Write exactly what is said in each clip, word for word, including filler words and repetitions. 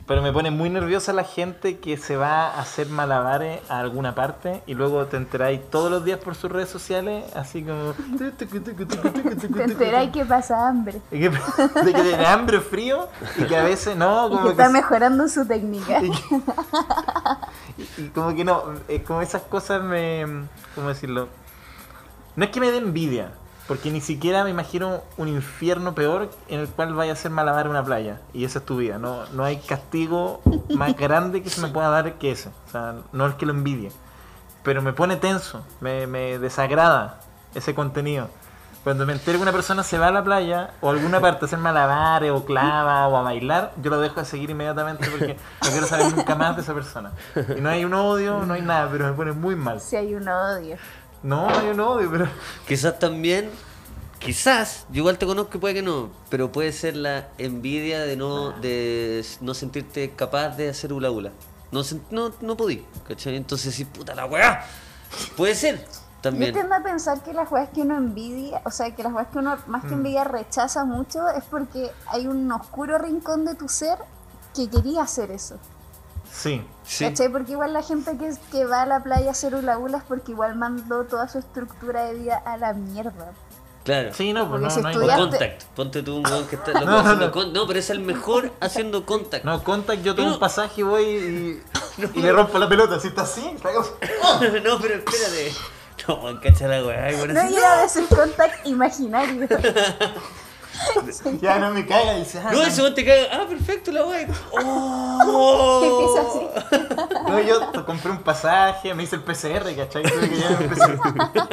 Pero me pone muy nerviosa la gente que se va a hacer malabares a alguna parte y luego te enteráis todos los días por sus redes sociales, así como... Te enteráis que pasa hambre. De que, de que tiene hambre o frío y que a veces no... Y Como que está que, mejorando su técnica. y, que- y- y como que no, es como esas cosas me... ¿Cómo decirlo? No es que me dé envidia, porque ni siquiera me imagino un infierno peor en el cual vaya a hacer malabar en una playa. Y esa es tu vida. No, no hay castigo más grande que se me pueda dar que ese. O sea, no es que lo envidie. Pero me pone tenso, me, me desagrada ese contenido. Cuando me entero que una persona se va a la playa o a alguna parte a hacer malabares o clava o a bailar, yo lo dejo de seguir inmediatamente porque no quiero saber nunca más de esa persona. Y no hay un odio, no hay nada, pero me pone muy mal. Si hay un odio. No, no hay un odio, pero... Quizás también, quizás, yo igual te conozco y puede que no, pero puede ser la envidia de no, de no sentirte capaz de hacer hula hula. No, sen- no, no podí, ¿cachai? Entonces, sí, puta la weá. Puede ser, también. Yo tiendo a pensar que las weas que uno envidia, o sea, que las weas que uno más que envidia rechaza mucho es porque hay un oscuro rincón de tu ser que quería hacer eso. Sí. Sí. ¿Cachai? Porque igual la gente que, que va a la playa a hacer hula hula es porque igual mandó toda su estructura de vida a la mierda. Claro. Sí, no, pues Porque no, si no hay... O estudiaste- contact. Ponte tú un weón que está loco No, haciendo no. con- no, pero es el mejor haciendo contact. No, contact, yo tomo No. un pasaje y voy y, y le rompo la pelota. Si está así, está como- No, pero espérate. No, weón, cacha la weá. ay, bueno, No así- llega de ser contact imaginario. ya no me caga y dice, ah, No, no. ese weón te caga. Ah, perfecto, la weá. Oh. Empieza así. No, yo t- compré un pasaje, me hice el P C R, ¿cachai? Tuve que llevar el P C R.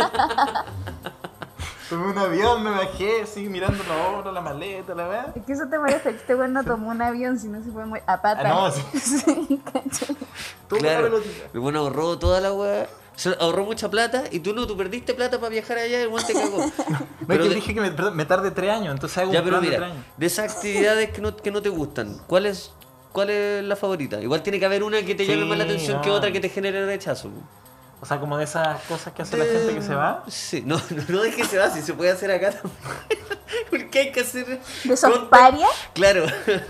Tomé un avión, me bajé, así mirando la obra, la maleta, la verdad. Es que eso te molesta, que este weón no tomó un avión, sino se fue muy a pata. Ah, no, sí. Sí, ¿cachai? Tuve la Claro, pelotita. el bueno ahorró toda la weá, se ahorró mucha plata y tú no, tú perdiste plata para viajar allá y el weón te cagó. No, es Pero que de- dije que me, perdón, me tardé tres años, entonces hago ya, un pero plan de tres mira, años. de esas actividades que no, que no te gustan, ¿cuál es, cuál es la favorita? Igual tiene que haber una que te Sí, llame más la atención que no. otra que te genere rechazo. O sea, como de esas cosas que hace la gente que se va. Sí, no, no, no es que se va, si se puede hacer acá también. Porque hay que hacer... ¿De esos contact- parias? Claro.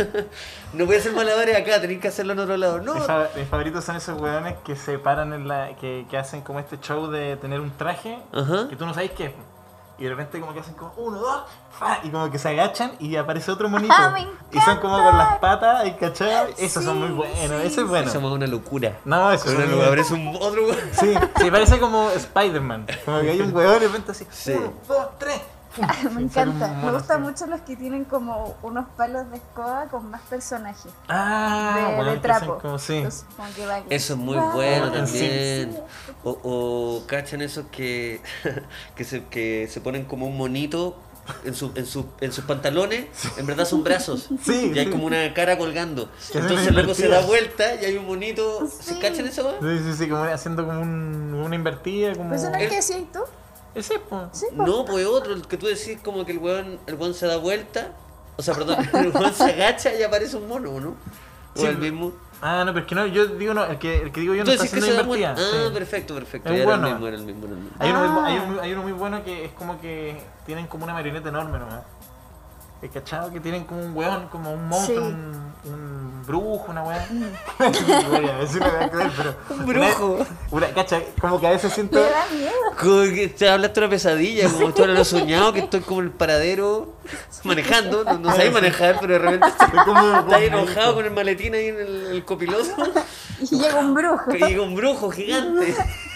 No voy a hacer malabares acá, tenés que hacerlo en otro lado. No, Mis, fa- mis favoritos son esos weones que se paran en la. Que, que hacen como este show de tener un traje Ajá. que tú no sabes qué es. Y de repente como que hacen como uno, dos, fa, y como que se agachan y aparece otro monito. ¡Ah, me y son como encanta! con las patas, y ¿cachai? Esos son Sí, muy buenos, sí, ese es bueno. Eso es una locura. No, eso Pero es no muy aparece un otro weón. Sí, sí, parece como Spider-Man. Como que hay un weón y de repente así, Sí. uno, dos, tres. pum, Me y sale un encanta. Me mono gustan así. mucho los que tienen como unos palos de escoba con más personajes. Ah, de, bueno, de que hacen trapo. como sí. Entonces, como que va- Eso es muy ¡Guau! bueno Sí. también. O, o cachan esos que, que, se, que se ponen como un monito en, su, en, su, en sus pantalones, en verdad son brazos. Sí, Y hay sí. como una cara colgando. Que Entonces hacen el loco se invertidas. da vuelta y hay un monito. ¿Se Sí. cachan eso? weón? Sí, sí, sí, como haciendo como un, una invertida, como... ¿Pero eso no es El- que decías tú? Ese, pues. Sí, pues. No, pues otro, el que tú decís como que el weón, el weón se da vuelta. O sea, perdón, el weón se agacha y aparece un mono, ¿no? O Sí. el mismo. Ah, no, pero es que no, yo digo no, el que, el que digo yo no Tú está decís que haciendo se da invertida. vuelta. Ah, sí. perfecto, perfecto. Es Ya era el bueno. mismo, era el mismo, era el mismo. Hay, uno muy, bu- Ah. hay, un- hay uno muy bueno que es como que tienen como una marioneta enorme nomás. ¿El cachado? Que tienen como un weón, como un monstruo, Sí. un, un brujo, una weá. Voy a decir una weá cruel, pero. Un brujo. Una, una- cacha, como que a veces siento. Me da miedo. Como que te hablaste una pesadilla, como tú lo soñado, que estoy como en el paradero manejando, no, no sabes manejar, pero de repente estás Es como- estás enojado con el maletín ahí en el, el copiloto Y llega un brujo. y llega un brujo gigante.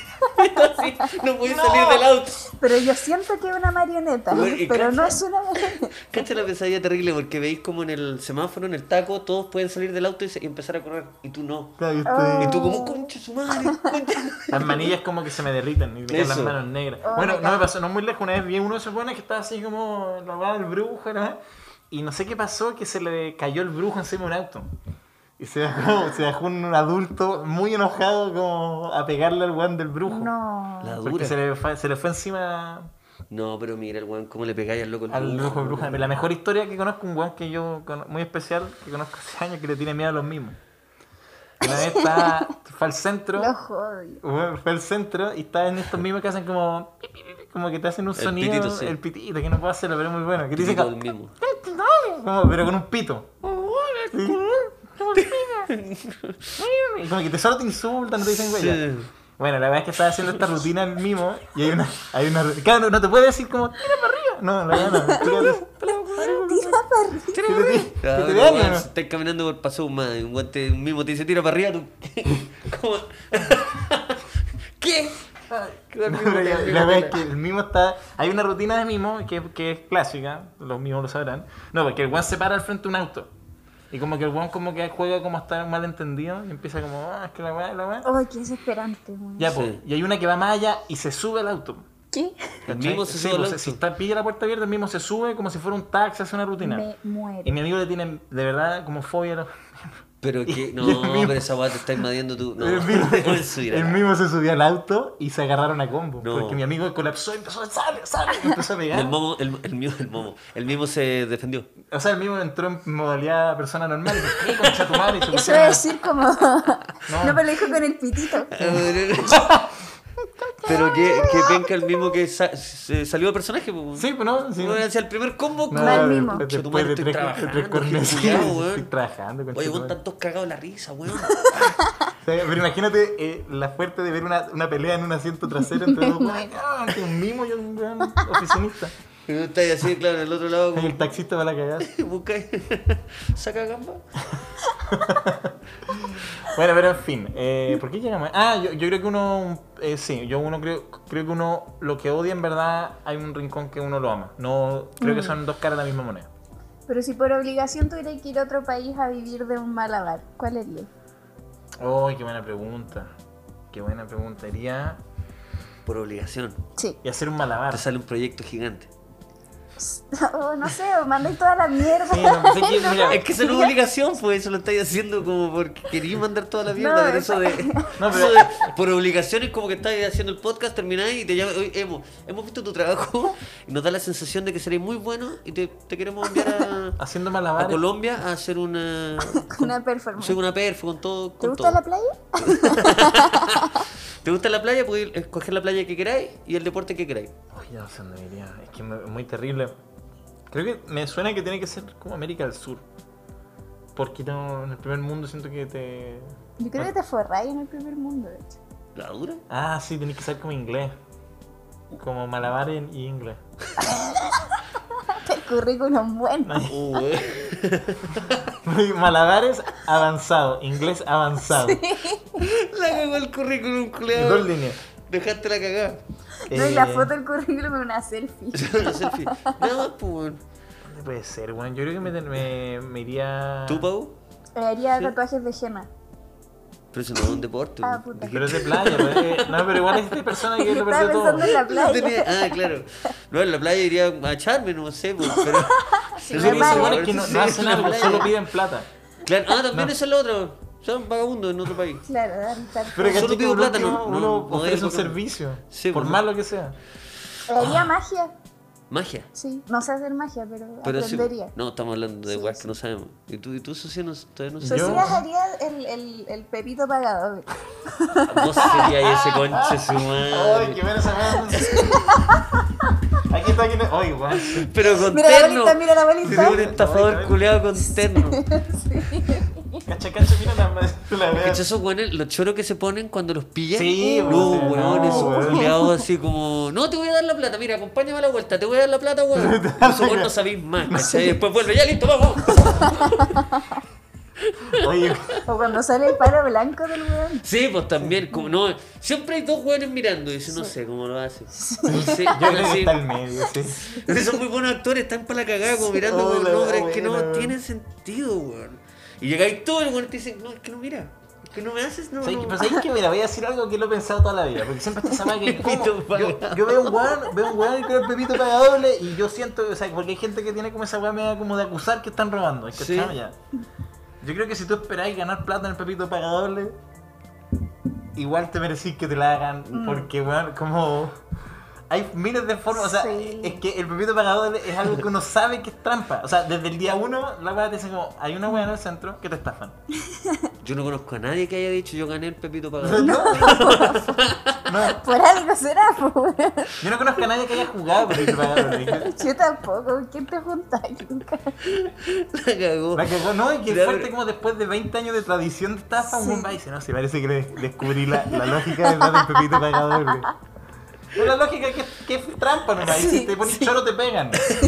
Así, no puedes salir del auto. Pero yo siento que es una marioneta. Bueno, y Pero cacha- no es una marioneta. Cacha la pesadilla terrible porque veis como en el semáforo, en el taco, todos pueden salir del auto y, se- y empezar a correr, y tú no. Claro, yo Oh. estoy- Y tú como, concha su madre, concha. Las manillas como que se me derriten y me quedan las Eso. manos negras. Oh bueno, my no me God. pasó, no muy lejos. Una vez vi uno de esos buenos que estaba así como en la weá del brujo, ¿no? Y no sé qué pasó, que se le cayó el brujo encima de un auto. Y se dejó, se dejó un adulto muy enojado como a pegarle al weón del brujo. No. La Porque dura. se le, fue, se le fue encima No, pero mira el weón, cómo le pegáis al loco el al brujo. brujo. brujo. La mejor historia que conozco, un weón que yo, cono- muy especial, que conozco hace años, que le tiene miedo a los mismos. Una vez estaba, fue al centro, Lo jodí. bueno, fue al centro y está en estos mismos que hacen como, como que te hacen un El sonido, pitito, sí. el pitito, que no puedo hacerlo, pero es muy bueno. Que te dice Pitito como, el mismo. como- pero con un pito. Sí. Y como que te solo te insultan, no te dicen güey. Sí. Bueno, la verdad es que estaba haciendo esta rutina el mimo y hay una, hay una, claro, no, no te puede decir como tira para arriba. No, la verdad no. Tira, Tira para arriba. tira para arriba. Claro, Que te pero, daño, weón, ¿no? si estás caminando por Paso Humada y un guante un mismo te dice tira para arriba, tú. ¿Cómo? ¿Qué? Qué No, horrible, pero ya, qué la verdad es horrible. que el mimo está. Hay una rutina de mimo que, que es clásica, los mimos lo sabrán. No, porque el guan se para al frente de un auto. Y como que el guan como que juega como hasta malentendido y empieza como, ah, es que la weá, la weá. Ay, qué desesperante, weón. Ya, pues. Sí. Y hay una que va más allá y se sube al auto. ¿Qué? El ¿Cachai? mimo se Sí, sube al pues, auto. Si está, pilla la puerta abierta, el mismo se sube como si fuera un taxi, hace una rutina. Me muero. Y mi amigo le tiene de verdad como fobia a los... Pero que, no, Y el mismo- pero esa weá te está invadiendo tú. No, el mismo, no puedes subir el acá. mismo se subió al auto y se agarraron a combo. No. Porque mi amigo colapsó y empezó a sale, sale, y empezó a Y pegar. el momo, el, el, mismo, el momo, el mismo se defendió. O sea, el mismo entró en modalidad persona normal. Y dijo, ¿qué concha tu madre? Y se Eso pusieron iba a a- decir como. No, pero lo dijo con el pitito. Pero que, que penca el mismo que sa- se salió de personaje, pues. Sí, pues no. Sí. No hacia el primer combo. No, Mal mimo. después, Concha tu después madre, de estoy tres, de trabajando, tres qué cornetas. culiao, weón. Estoy trabajando. concha Oye, tu vos madre. están todos cagados la risa, weón. O sea, pero imagínate eh, la suerte de ver una, una pelea en un asiento trasero entre dos weones. Ah, que un mimo y un gran oficinista. Y no estáis así, claro, en el otro lado, Y como. el taxista va a la cagada. Buscáis. Saca gamba. Bueno, pero en fin, eh, ¿por qué llegamos? Ah, yo, yo creo que uno, eh, sí, yo uno creo, creo que uno lo que odia en verdad hay un rincón que uno lo ama. No, creo que son dos caras de la misma moneda. Pero si por obligación tuviera que ir a otro país a vivir de un malabar, ¿cuál haría? Oh, qué buena pregunta. Qué buena pregunta. Iría Por obligación. Sí. y hacer un malabar. Te sale un proyecto gigante. Oh, no sé, o mandáis toda la mierda. Sí, no, pensé que, mira, Es que eso no es obligación, pues eso lo estáis haciendo como porque queréis mandar toda la mierda, No, pero eso de, No, eso pero- de- por obligación es como que estáis haciendo el podcast, termináis y te llaman, oye, hemos, hemos visto tu trabajo y nos da la sensación de que seréis muy bueno y te, te queremos enviar a, haciendo a malabares. Colombia a hacer una Una performance. soy una perfo con todo. ¿Te Con gusta todo. la playa? ¿Te gusta la playa? Podéis escoger la playa que queráis y el deporte que queráis. Uy, ya no sé dónde iría. Es que es muy terrible. Creo que me suena que tiene que ser como América del Sur. Porque no, en el primer mundo siento que te... Yo creo que te forráis en el primer mundo, de hecho. ¿La dura? Ah, sí, tenés que ser como inglés. Como malabares y inglés. El currículum bueno. Uh, eh. Malabares avanzado, inglés avanzado. La cagó el currículum, Dos culeado. líneas. Dejaste la cagada. No, y la Eh, foto del currículum es una selfie. Una selfie. Nada más, pues, weón. ¿Dónde puede ser, bueno? Yo creo que me, me, me iría... ¿Tú, Pau? Me haría Sí. tatuajes de henna. Pero eso no es un deporte, Ah, weón. puta. Pero es de playa, pues, eh, no, pero igual es de persona que lo Estaba perdió todo. pensando en la No playa. tenía- Ah, claro. No, en la playa iría a echarme, no sé, pues, pero... Sí, Pero me sí, vale. igual es que no, no hacen algo, solo piden plata. Claro, ah, también No. esa es la otra. Son vagabundos en otro país. Claro, dar tal Pero cual. que Solo aquí pido por plata, último no- no- uno no ofrece hay un por- servicio, Sí, por pues, más lo que sea. Haría magia. Magia. Sí, no sé hacer magia, pero, Pero sí, aprendería. no, estamos hablando de Sí, weas sí. que no sabemos. ¿Y tú, y tú Socia, no, todavía no Yo- sabes? Socias haría el, el, el pepito pagador. Vos serías ese conche su madre. Ay, qué buena esa mano. Aquí está, aquí está. Ay, guau. Pero con Mira la terno. bolita, mira la Sí, bolita. un estafador culeado con terno. Cacha, cacha, mira la madre. La ¿Cachai veo. esos weones, los choros que se ponen cuando los pillan? Sí, No, weón, weón, no, esos weón. culeados así como, no te voy a dar la plata, mira, acompáñame a la vuelta, te voy a dar la plata, weón. Esos weón no sabéis más, ¿cachai? Después vuelve, ya listo, vamos. Oye, O cuando sale el palo blanco del weón. Sí, pues también, como no, siempre hay dos weones mirando y dicen, no sé cómo lo hacen. No sé, yo yo creo que sí. está al medio, sí. Son muy buenos actores, están para la cagada como mirando Oh, con la nombres que no buena. tienen sentido, weón. Y llegáis tú y el weón te dicen, no, es que no mira, es que no me haces, no, ¿Sabes no. qué? Pero ¿sabes qué? Mira, voy a decir algo que lo he pensado toda la vida. Porque siempre está esa madre que. ¿cómo? Pepito Yo, paga. yo veo un weón, veo un weón y creo el pepito paga doble. Y yo siento, o sea, porque hay gente que tiene como esa weá media como de acusar que están robando. ¿Cachai? Sí. Ya. Yo creo que si tú esperáis ganar plata en el pepito paga doble, igual te merecís que te la hagan. Mm. Porque, weón, como. Hay miles de formas, o sea, Sí. es que el pepito paga doble es algo que uno sabe que es trampa. O sea, desde el día uno, la weá te dice como, hay una weá en el centro que te estafan. Yo no conozco a nadie que haya dicho yo gané el Pepito Pagador. No, Por algo será, pues. yo no conozco a nadie que haya jugado Pepito Pagador. Dije. Yo tampoco. ¿Con quién te juntas, Lucas? La cagó. La cagó, no, y que Ya, fuerte pero- como después de veinte años de tradición de estafa, un Sí. buen va y dice, no, se parece que le- descubrí la, la lógica de del Pepito Pagador. güey. Es la lógica que, que es trampa nomás, y Sí, si te pones sí. choro te pegan.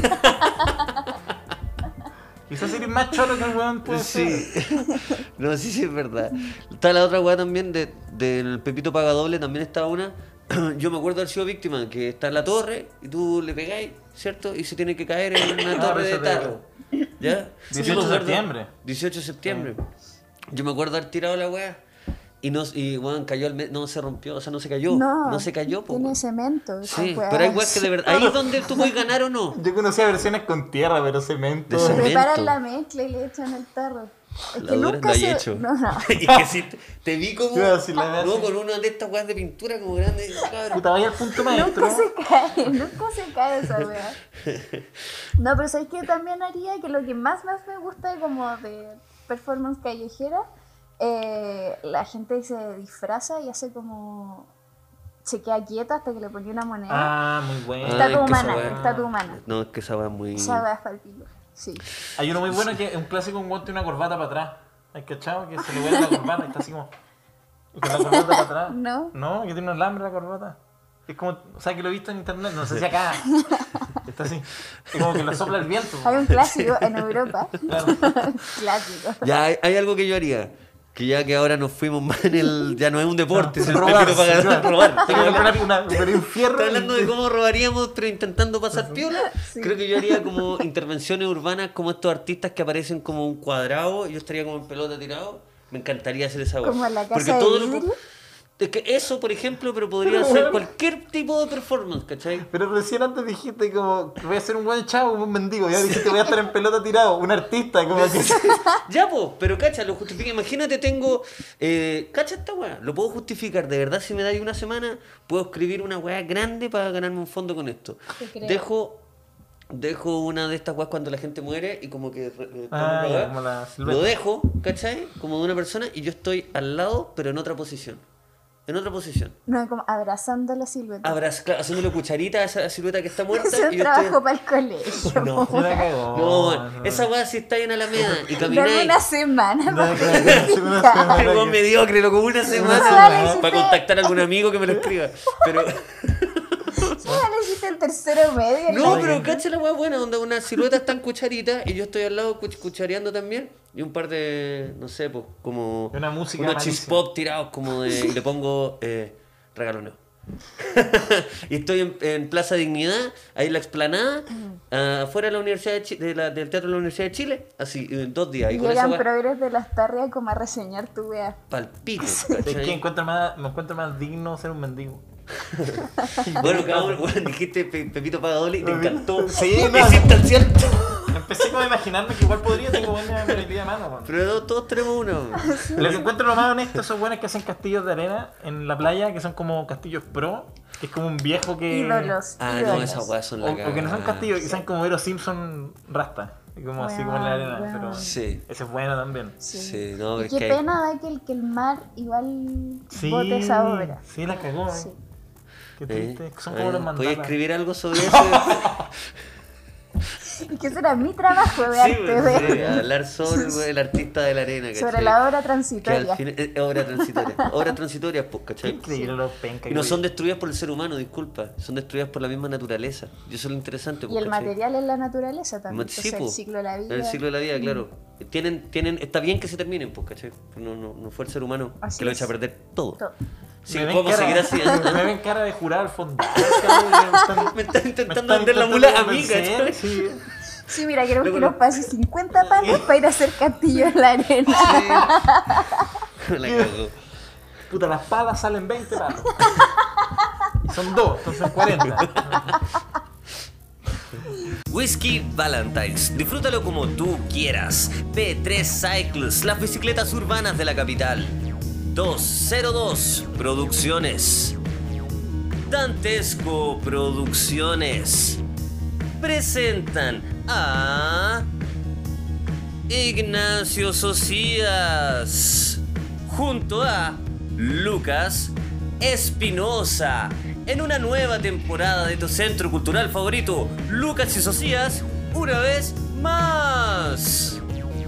Quizás eres más choro que el weón puede Sí. ser. No, sí, sí, es verdad. Está la otra weá también de, del Pepito Pagadoble, también está una. Yo me acuerdo de haber sido víctima, que está en la torre y tú le pegáis, ¿cierto? Y se tiene que caer en una Ah, torre de eso te- tarro. ¿Ya? dieciocho Yo me de acuerdo- septiembre. dieciocho de septiembre. Yo me acuerdo de haber tirado la weá. Y, no, y bueno, cayó al me- no se rompió, o sea, no se cayó. No, No, se cayó, po, Tiene weón. cemento. esa Sí, weá. pero hay weas que de verdad. Ahí es donde tú puedes ganar o no. Yo conocía versiones con tierra, pero cemento. De cemento. Preparan la mezcla y le echan el tarro. Es La que dura nunca no hay se... hecho. No, no. Y que si te, te vi como. Iba a decir la verdad, no, sí. con una de estas weas de pintura como grande. cabrón. Puta, vaya al punto maestro. Nunca se cae, nunca se cae esa weá. No, pero ¿sabes qué también haría? Que lo que más, más me gusta como de performance callejera, eh, la gente se disfraza y hace como... se queda quieta hasta que le ponía una moneda. Ah, muy bueno. Está Ah, tu es que esa humana, weá- está tu humana. No, es que esa wea es muy. Esa weá es para el pico. Sí. Hay uno muy bueno que es un clásico, un guante y una corbata para atrás. ¿Has cachado? Que se le vuelve la corbata y está así como. Y con la corbata para atrás. No. No, que tiene un alambre la corbata. Es como. O sea, que lo he visto en internet, no sé si acá. Está así. Es como que lo sopla el viento. Hay un clásico en Europa. Claro. Clásico. Ya hay, hay algo que yo haría. Que ya que ahora nos fuimos más en el. Ya no es un deporte, es el Robar, Pepito Pagador. claro. Robar. Tengo que comprar una, una, un fierro. Está hablando y- de cómo robaríamos, pero intentando pasar piola. Sí. Creo que yo haría como intervenciones urbanas, como estos artistas que aparecen como un cuadrado. Yo estaría como en pelota tirado. Me encantaría hacer esa Como hueá. en la casa Porque de todo lo- vidrio. Es que eso, por ejemplo, pero podría ser cualquier tipo de performance, ¿cachai? Pero recién antes dijiste como que voy a ser un buen chavo, un mendigo. Ya dijiste voy a estar en pelota tirado, un artista, como que. Ya, pues, pero cacha, lo justifica. Imagínate, tengo. Eh, cacha esta weá, lo puedo justificar. De verdad, si me dais una semana, puedo escribir una weá grande para ganarme un fondo con esto. Te creo. Dejo. Dejo una de estas weas cuando la gente muere y como que. eh, Ah, tomo ya, weá. como la silueta. Lo dejo, ¿cachai? Como de una persona y yo estoy al lado, pero en otra posición. En otra posición. No, como abrazando la silueta. Abraz, claro, haciéndole cucharita a esa silueta que está muerta. Es un y yo trabajo estoy... para el colegio. No. Se la cagó. No, esa weá si está en Alameda y Dame camináis. una semana No, para claro, una semana. Algo mediocre, loco, una No, semana dale, para sí. contactar a algún amigo que me lo escriba. Pero, Sí, vale, hiciste el tercero medio. no, la- pero cacha la weá buena, donde una silueta está en cucharita y yo estoy al lado cuch- cuchareando también. Y un par de, no sé, pues, como. Una música unos malísima. chispop tirados, como de. Y le pongo eh, regalo nuevo. Y estoy en, en Plaza Dignidad, ahí en la explanada, ah, afuera de la Universidad de Chi- de la- del Teatro de la Universidad de Chile, así, en dos días. Y con esa Llegan weá, progres de las tarrias como a reseñar tu wea. palpito, Es ¿cachai? que encuentro más, me encuentro más digno ser un mendigo. Bueno, cada uno, bueno, dijiste Pe- Pepito Pagadole y te encantó. Sí, no. Es instancial. Empecé como a imaginarme que igual podría, tengo buena melodía de mano. weón. Pero todos tenemos uno. Lo que encuentro lo más honesto son buenos que hacen castillos de arena en la playa, que son como castillos pro, que es como un viejo que... Ídolos. Ah, no, ídolos. esas weas son O, la o que no son cagada. castillos, que son como Eros Simpson rasta. y Como así como en la arena, Weón, pero weón. Sí. ese es bueno también. Sí. Sí, no, Y pero qué es que hay- pena da que el, que el mar igual Sí, bote esa obra. sí, la cagó. Sí. eh. Qué Eh, triste, son eh, como los ¿Puedes mandalas. escribir algo sobre eso? Y que ese era mi trabajo de Sí, arte, pues, de- sí, hablar sobre el, el artista de la arena, ¿cachai? sobre la obra Que al transitoria. fin es obra transitoria. Obras transitorias, pues, Qué ¿cachai? increíble los pencas. Y no son destruidas por el ser humano, disculpa. Son destruidas por la misma naturaleza. Y eso es lo interesante. Y pues, el ¿cachai? material es la naturaleza también. Sí, Entonces, el po. ciclo de la vida. El ciclo de la vida, claro. Tienen, tienen, está bien que se terminen, pues, ¿cachai? No, no, no fue el ser humano Así que lo es. echa a perder todo. Todo. Sí, me ven podemos cara- seguir así. ¿eh? Me ven cara de jurar al fondo. Me están intentando vender la mula a mí, ¿cachai? Sí. Sí, mira, queremos Luego que lo- nos pase cincuenta palos para ir a hacer castillo en la arena. Sí. La cagó. Puta, las palas salen veinte palos. Y son dos, entonces son cuarenta. Whisky Valentine's, disfrútalo como tú quieras. P tres Cycles, las bicicletas urbanas de la capital. doscientos dos Producciones. Dantesco Producciones. Presentan a Ignacio Socias. junto a Lucas Espinosa en una nueva temporada de tu centro cultural favorito, Lucas y Socias, una vez más.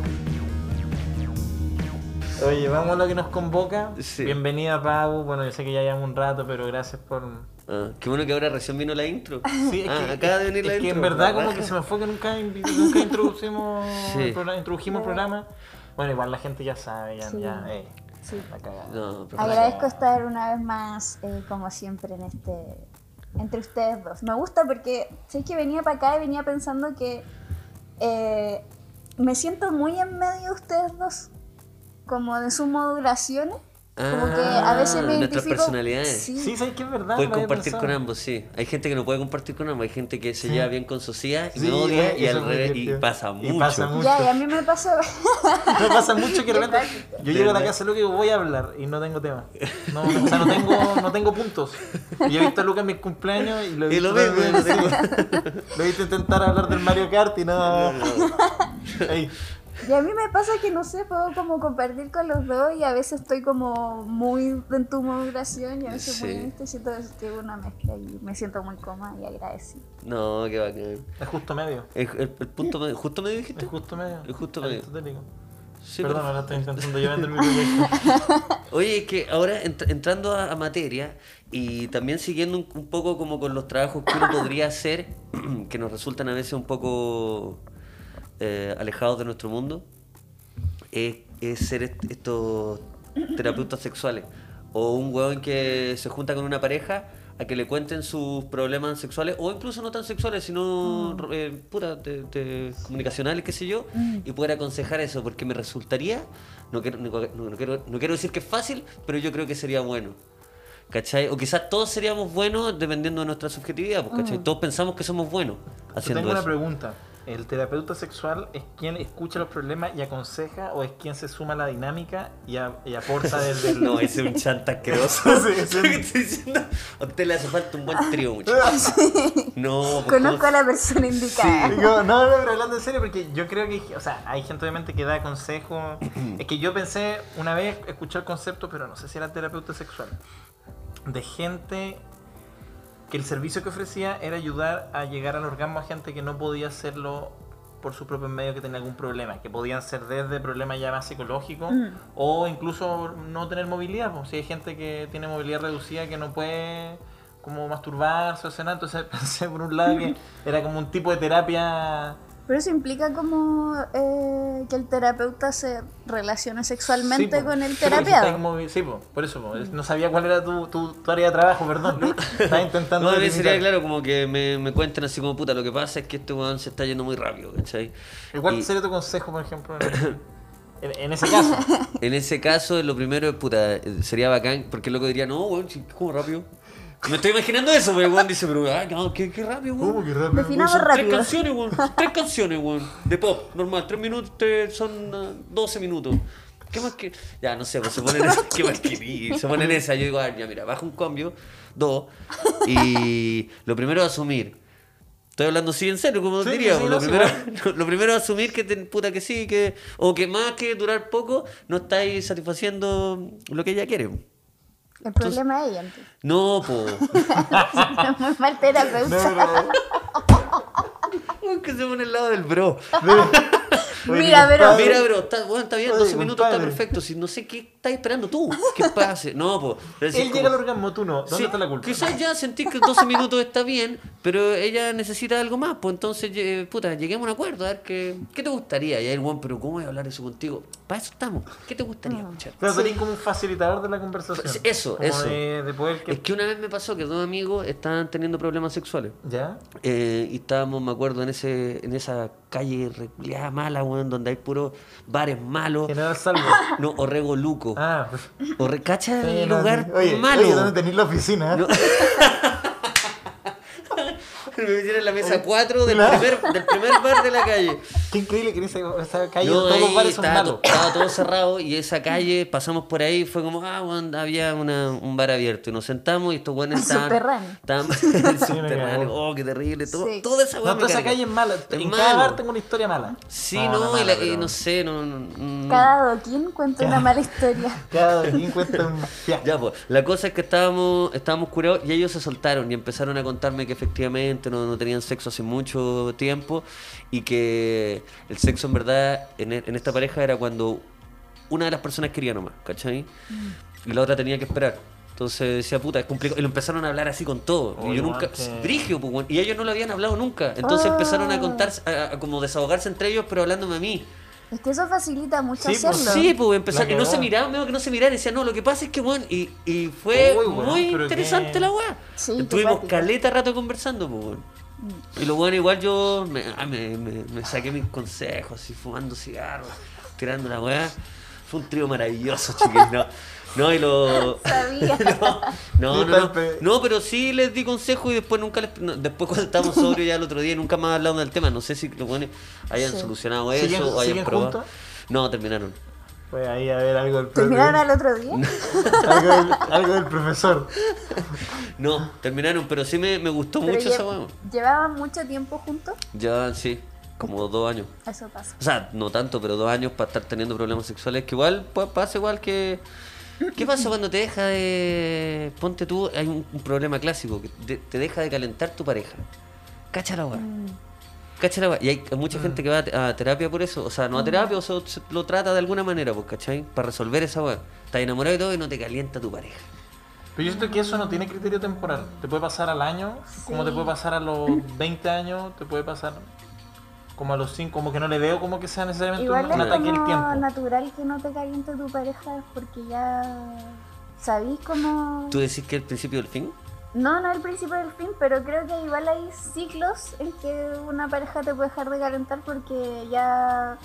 Oye, vamos a lo que nos convoca. Sí. Bienvenida, Pau. Bueno, yo sé que ya llevamos un rato, pero gracias por... Ah, qué bueno que ahora recién vino la intro. Sí, es ah, que, acaba de venir la es que intro. en verdad como que se me fue que nunca, invi- nunca introducimos Sí. el programa, introdujimos el programa. Bueno, igual la gente ya sabe, ya, Sí. ya, eh, Sí. la cagada. No, pero Agradezco estar una vez más, eh, como siempre, en este entre ustedes dos. Me gusta porque sé que venía para acá y venía pensando que eh, me siento muy en medio de ustedes dos, como de sus modulaciones. Como que a veces me nuestras identifico... personalidades. Sí. Sí, sabes que es verdad. Puedes lo había compartir pensado. con ambos, sí. Hay gente que no puede compartir con ambos, hay gente que se Sí. lleva bien con Socias y Sí, me odia eh, y eso al es muy revés, y divertido. pasa Y mucho. pasa mucho. Ya, y a mí me pasa... Me pasa mucho que de repente Exacto. yo llego a la ¿Verdad? casa de Lucas y digo, voy a hablar y no tengo tema. No, o sea, no tengo, no tengo puntos. Y yo he visto a Lucas en mis cumpleaños y lo he Y visto, lo mismo, también, no tengo- sí. Lo he visto intentar hablar del Mario Kart y no. Ey, Y a mí me pasa que no sé, puedo como compartir con los dos y a veces estoy como muy en tu modulación y a veces Sí. muy en este, siento que es una mezcla y me siento muy cómoda y agradecida. No, qué bacán. es justo medio. El, el- el punto medio, ¿justo medio dijiste? Es justo medio. Es justo medio. Aristotélico. Sí, Perdón, pero- ahora estoy intentando yo vender mi proyecto. Oye, es que ahora entr- entrando a, a materia y también siguiendo un, un poco como con los trabajos que uno podría hacer, que nos resultan a veces un poco eh, alejados de nuestro mundo, es, es ser est- estos terapeutas sexuales. O un huevón que se junta con una pareja a que le cuenten sus problemas sexuales, o incluso no tan sexuales, sino eh, puta, de, de comunicacionales, qué sé yo, y poder aconsejar eso, porque me resultaría, no quiero, no, no quiero, no quiero decir que es fácil, pero yo creo que sería bueno. ¿Cachai? O quizás todos seríamos buenos dependiendo de nuestra subjetividad, pues, ¿cachai? Todos pensamos que somos buenos Yo haciendo tengo una eso. pregunta. ¿El terapeuta sexual es quien escucha los problemas y aconseja o es quien se suma a la dinámica y, a- y aporta desde el... No, ese es un chanta asqueroso. Sí, sí. Lo que estoy diciendo, a usted le hace falta un buen trío, muchachos. No, pues, Conozco ¿cómo? a la persona indicada. Digo, no, no, pero hablando en serio, porque yo creo que, o sea, hay gente obviamente que da consejos. Es que yo pensé una vez, escuché el concepto, pero no sé si era terapeuta sexual, de gente que el servicio que ofrecía era ayudar a llegar al orgasmo a gente que no podía hacerlo por su propio medio, que tenía algún problema, que podían ser desde problemas ya más psicológicos Mm. o incluso no tener movilidad. Pues, si hay gente que tiene movilidad reducida que no puede como masturbarse o cenar, entonces pensé por un lado que era como un tipo de terapia. Pero eso implica como eh, que el terapeuta se relacione sexualmente Sí, po. con el Creo que si terapiado. estáis movi- Sí, po, por eso, po. no sabía cuál era tu, tu, tu área de trabajo, perdón. Estaba intentando No, a mí delimitar. sería claro como que me, me cuenten así como puta, lo que pasa es que este weón se está yendo muy rápido, ¿cachai? Igual Y sería tu consejo, por ejemplo, en, en- en ese caso. en ese caso, lo primero es puta, eh, sería bacán, porque el loco diría, no, weón, sí, ¿cómo rápido? Me estoy imaginando eso, pero el weón dice, pero ah, no, qué, qué rápido, weón. ¿Cómo que rápido? Definamos Son rápido. tres canciones, weón. Tres canciones, weón. De pop, normal. Tres minutos, tres- son ah, doce minutos. ¿Qué más que...? Ya, no sé, pues se ponen esa. ¿Qué más que y se ponen esa? Yo digo, ah, ya, mira, baja un cambio, dos. Y lo primero es asumir. Estoy hablando así en serio, como Sí, diría. sí, lo, no, sí, primero, lo primero es asumir que, te- puta, que sí, que o que más que durar poco, no estáis satisfaciendo lo que ella quiere. El problema es ella, entonces. No, po. Muy mal terapeuta. No, pero- Que se pone al lado del bro. Oye, Mira, mi pero- compadre- Mira, bro, está, bueno, está bien, Oye, doce minutos está compadre. perfecto. Si no sé qué estás esperando tú, ¿qué pase? No, pues. Él llega al orgasmo, tú no. ¿Dónde está la culpa? Quizás ya sentí que doce minutos está bien, pero ella necesita algo más. Pues entonces, eh, puta, lleguemos a un acuerdo. A ver qué, qué te gustaría. Y ahí el weón, pero ¿cómo voy a hablar eso contigo? Para eso estamos. ¿Qué te gustaría escuchar? Pero tú eres como un facilitador de la conversación. Eso, Como eso. De, de poder que... Es que una vez me pasó que dos amigos estaban teniendo problemas sexuales. ¿Ya? Eh, y estábamos, me acuerdo, en ese en esa calle reculeada mala, weón, donde hay puros bares malos. General Salvo. No, Orrego Luco. Ah, pues. O recacha Sí, el no, lugar sí. Oye, malo. Oye, ¿dónde tenéis la oficina? No. Me metieron en la mesa cuatro del Claro. primer, del primer bar de la calle. ¿Qué Qué increíble que en esa, esa calle No, todos ahí los bares son estaba, malos. to- estaba todo cerrado y esa calle, pasamos por ahí, fue como, ah, bueno, había una, un bar abierto y nos sentamos y estos buenos estaban... Subterráneo. Estaban en el me subterráneo, cagó. oh, qué terrible, todo, Sí. toda esa weá No, me toda esa carga. calle es mala. Es En malo. cada bar tengo una historia mala. Sí, No, no, no y, mala, la- y pero- no sé, no... no, no- Cada doquín cuenta una mala historia. Cada quien cuenta un fiasco. Ya, pues, la cosa es que estábamos, estábamos curados y ellos se soltaron y empezaron a contarme que efectivamente no, no tenían sexo hace mucho tiempo y que el sexo en verdad en, e- en esta pareja era cuando una de las personas quería nomás, ¿cachai? Y la otra tenía que esperar. Entonces decía, puta, es complicado. Y lo empezaron a hablar así con todo. Oh, y yo igual nunca. que- Brigio, pues, weón. Y ellos no lo habían hablado nunca. Entonces Ah. empezaron a contar, a, a como desahogarse entre ellos, pero hablándome a mí. Es que eso facilita mucho Sí, pues, hacerlo. Sí, pues empezaron. La Y no se cagó. miraban, veo que no se miraban. Y decían, no, lo que pasa es que, bueno. Y, y fue Uy, weón, muy pero interesante qué- la weá. Sí, qué Estuvimos cuático. caleta rato conversando, pues, weón. Y lo bueno, igual yo me, ah, me, me, me saqué mis consejos, así fumando cigarros, tirando la weá. Fue un trío maravilloso, chiquillos. No, no, y lo. Sabía. No, no, no, no, no, pero sí les di consejos y después nunca les. no, después cuando estábamos sobrios ya el otro día nunca más hablaron del tema. No sé si los buenos hayan Sí. solucionado ¿Siguen- eso o hayan siguen probado. juntos? No, terminaron. Pues ahí a ver algo del ¿Terminaron profe. al otro día? algo, del, algo del profesor. No, terminaron, pero sí me, me gustó Pero mucho lle- esa weá. ¿Llevaban mucho tiempo juntos? Ya, sí, como dos años. Eso pasa. O sea, no tanto, pero dos años para estar teniendo problemas sexuales, que igual pa- pasa igual que... ¿Qué pasa cuando te deja de... Ponte tú, hay un, un problema clásico, que te, te deja de calentar tu pareja. Cacha la weá. Mm. Cacha la weá. Y hay mucha gente que va a, te- a terapia por eso. O sea, no a terapia, o sea, se- lo trata de alguna manera, pues, ¿cachai? Para resolver esa weá. Estás enamorado y todo y no te calienta tu pareja. Pero yo siento que eso no tiene criterio temporal. Te puede pasar al año, como te Sí. puede pasar a los veinte años, te puede pasar como a los cinco, como que no le veo como que sea necesariamente Igual un, un es ataque del como tiempo. natural que no te caliente tu pareja porque ya sabéis cómo... ¿Tú decís que es el principio del fin? No, no el principio del fin, pero creo que igual hay ciclos en que una pareja te puede dejar de calentar porque ya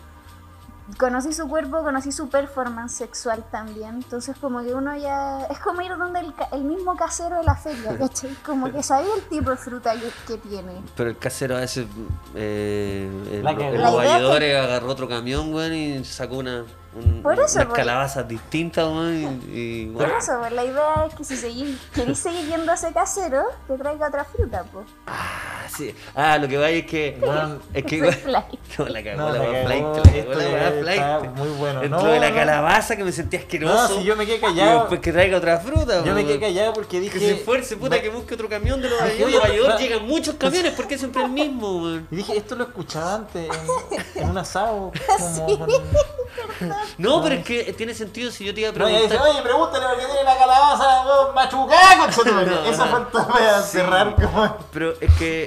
conocí su cuerpo, conocí su performance sexual también. Entonces como que uno ya... Es como ir donde el, ca- el mismo casero de la feria, ¿cachai? Como que sabéis el tipo de fruta que, que tiene. Pero el casero a veces, eh, el, La el, cagó. los La idea es valledores agarró otro camión, weón, y sacó una, un- Por eso, unas pues. calabazas distintas, weón, y, y, Por bueno. eso, pues, la idea es que si seguís, queréis seguir yendo a ese casero, te traiga otra fruta, pues. Ah, sí. Ah, lo que vaya es que, Bueno, es que, Soy flight. no, la cagó, No, la la weá cagó, flight, la esto cagó, la ya weá está flight. muy bueno. Dentro No, de la no. calabaza que me sentía asqueroso. No, si yo me quedé Y callado. después que traiga otra fruta, Yo me weón. quedé callado porque dije... Que se esfuerce, puta, me- que busque otro camión de los Dije, valledores. oye, Los valledores va- llegan muchos camiones, ¿por qué siempre el mismo, weón? Y dije, esto lo escuchaba antes en, en un asado. Como con... No, pero es que tiene sentido si yo te iba a No, y ahí dice, preguntar. oye, pregúntale por qué tiene la calabaza weón, machucada con su madre. No, Esa no. falta para Sí. cerrar como... Pero es que.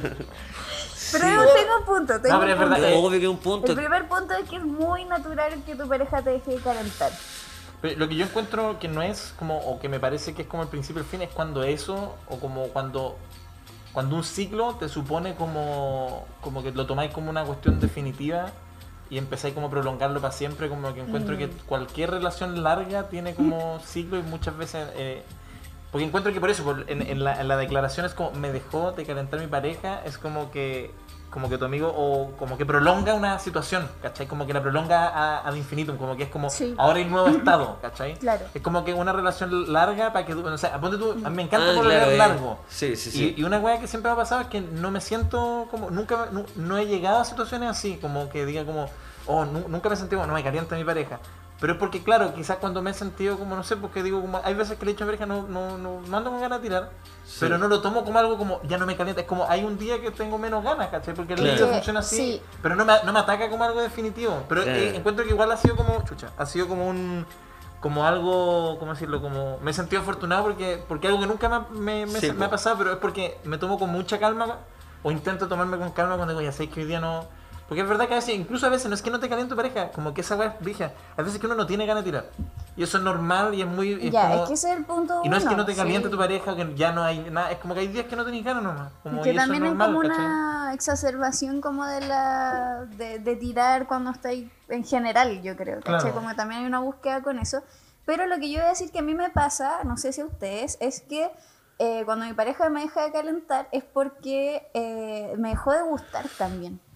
Pero Sí. yo tengo un punto, tengo No, pero un es verdad, punto. eh, Obvio que es un punto. El primer punto es que es muy natural que tu pareja te deje de calentar. Pero lo que yo encuentro que no es como, o que me parece que es como el principio y el fin, es cuando eso, o como cuando cuando un ciclo te supone como, como que lo tomáis como una cuestión definitiva y empezáis como a prolongarlo para siempre, como que encuentro Mm. que cualquier relación larga tiene como ciclo y muchas veces... eh, porque encuentro que por eso, por- en, en la, en la declaración es como, me dejó de calentar mi pareja, es como que como que tu amigo, o como que prolonga una situación, ¿cachai? Como que la prolonga a- ad infinitum, como que es como, Sí. ahora hay nuevo estado, ¿cachai? Claro. Es como que una relación larga para que tú, o sea, ponte tú, a mí me encanta Ah, pololear claro, eh. largo. Sí, sí, sí. Y, y una weá que siempre me ha pasado es que no me siento como, nunca, nu- no, he llegado a situaciones así, como que diga como, oh, nu- nunca me he sentido, no me calienta mi pareja. Pero es porque, claro, quizás cuando me he sentido como, no sé, porque digo, como, hay veces que le he dicho a mi pareja, no, no, no, no ando con ganas de tirar, Sí. pero no lo tomo como algo como, ya no me calienta, es como, hay un día que tengo menos ganas, ¿cachai? Porque el Claro. día funciona así, Sí. pero no me, no me ataca como algo definitivo. Pero Claro. eh, encuentro que igual ha sido como, chucha, ha sido como un... Como algo, ¿cómo decirlo? Como me he sentido afortunado porque porque algo que nunca me, ha- me, me- Sí, me po. ha pasado, pero es porque me tomo con mucha calma o intento tomarme con calma cuando digo, ya sé que hoy día no... Porque es verdad que a veces, incluso a veces, no es que no te caliente tu pareja, como que esa weá es vieja. A veces que uno no tiene ganas de tirar. Y eso es normal y es muy... es Ya, como- es que ese es el punto y no es que uno, no te caliente sí. tu pareja, que ya no hay nada, es como que hay días que no tenés ganas nomás. Como, Que y eso también es es normal, como ¿cachai? una exacerbación como de la de, de tirar cuando estáis en general, yo creo, ¿cachai? Claro. Como también hay una búsqueda con eso. Pero lo que yo voy a decir que a mí me pasa, no sé si a ustedes, es que eh, cuando mi pareja me deja de calentar es porque eh, me dejó de gustar también.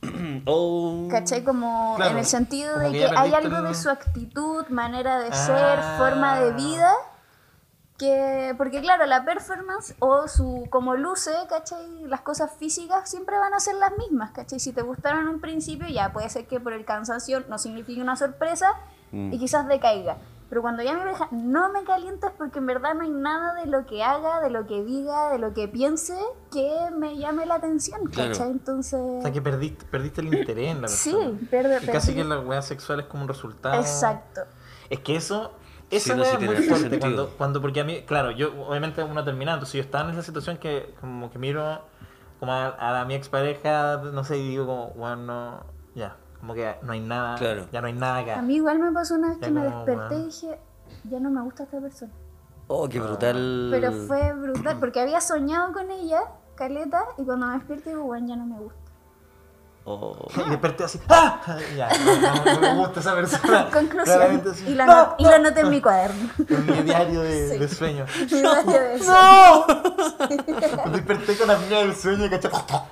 Oh. ¿Cachai? Como Claro, en el sentido como de que que ya hay perdiste algo el- de su actitud, manera de Ah. ser, forma de vida, que, porque claro, la performance o su como luce, ¿cachai? Las cosas físicas siempre van a ser las mismas, ¿cachai? Si te gustaron en un principio, ya puede ser que por el cansancio no signifique una sorpresa Mm. y quizás decaiga. Pero cuando ya mi pareja no me calienta es porque en verdad no hay nada de lo que haga, de lo que diga, de lo que piense que me llame la atención, ¿cachai? Claro. Entonces... O sea, que perdiste, perdiste el interés en la persona. Sí, pierde, Y casi perdí- que la weá sexual es como un resultado. Exacto. Es que eso, esa Sí, no, weá sí es muy tiene fuerte sentido. cuando, cuando, porque a mí, claro, yo obviamente uno termina, entonces yo estaba en esa situación que como que miro como a, a mi expareja, no sé, y digo como, bueno, no, ya, como que no hay nada, Claro. ya no hay nada acá. A mí igual me pasó una vez Ya que me como, desperté y weón. dije, ya no me gusta esta persona. Oh, qué brutal. Pero fue brutal, porque había soñado con ella, caleta, y cuando me despierto digo, bueno, ya no me gusta. Oh. Y desperté así, ¡ah! Ya, no, no- no me gusta esa persona. Conclusión. Claramente así, Y lo, ¡no! anot- y lo anoté en mi cuaderno. En mi diario de, Sí. de sueño. Mi diario de eso. ¡No! Me desperté con la apnea del sueño, ¿cachai?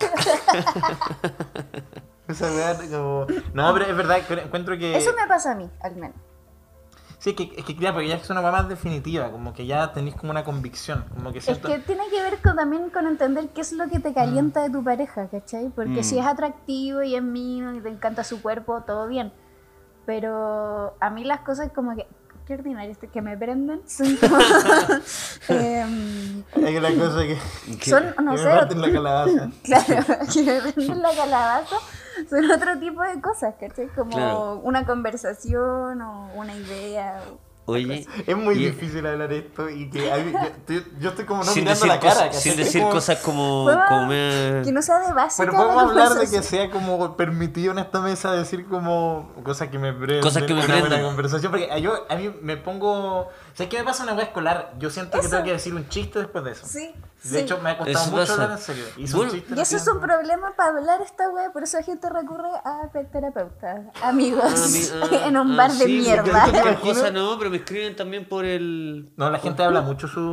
Esa weá como... No, pero es verdad, que encuentro que... Eso me pasa a mí, al menos. Sí, es que, es que claro, porque ya es una weá más definitiva, como que ya tenéis como una convicción, como que Es siento... que tiene que ver con, también con entender qué es lo que te calienta de tu pareja, ¿cachai? Porque Mm. si es atractivo y es mino y te encanta su cuerpo, todo bien. Pero a mí las cosas como que... Qué ordinario este, que me prenden. Son como... em, Hay una cosa que... ¿Qué? son, que no me sé... parten la calabaza. Claro, que me prenden la calabaza. Son otro tipo de cosas, ¿cachai? Como Claro. una conversación o una idea. o- Oye, Es muy y- difícil hablar esto y que hay- yo, estoy- yo estoy como no sin mirando decir, la cara, cosas, ¿cachai? sin Es decir como- cosas como, Podemos- como me- Que no sea de base. Pero podemos hablar de que sea como permitido en esta mesa decir como cosas que me prenden, Cosas que me una buena prenden. conversación, porque yo, a mí me pongo... ¿Sabes qué me pasa en una wea escolar? Yo siento que Eso. tengo que decir un chiste después de eso. Sí, De sí. hecho, me ha costado Eso mucho pasa. hablar en serio. Hice Bueno, un chiste Y eso es un problema para hablar esta wea, por eso la gente recurre a terapeutas, amigos, Ah, mi- ah, en un ah, bar de sí, mierda. porque cualquier imagino? cosa no, pero me escriben también por el... No, la gente habla mucho su...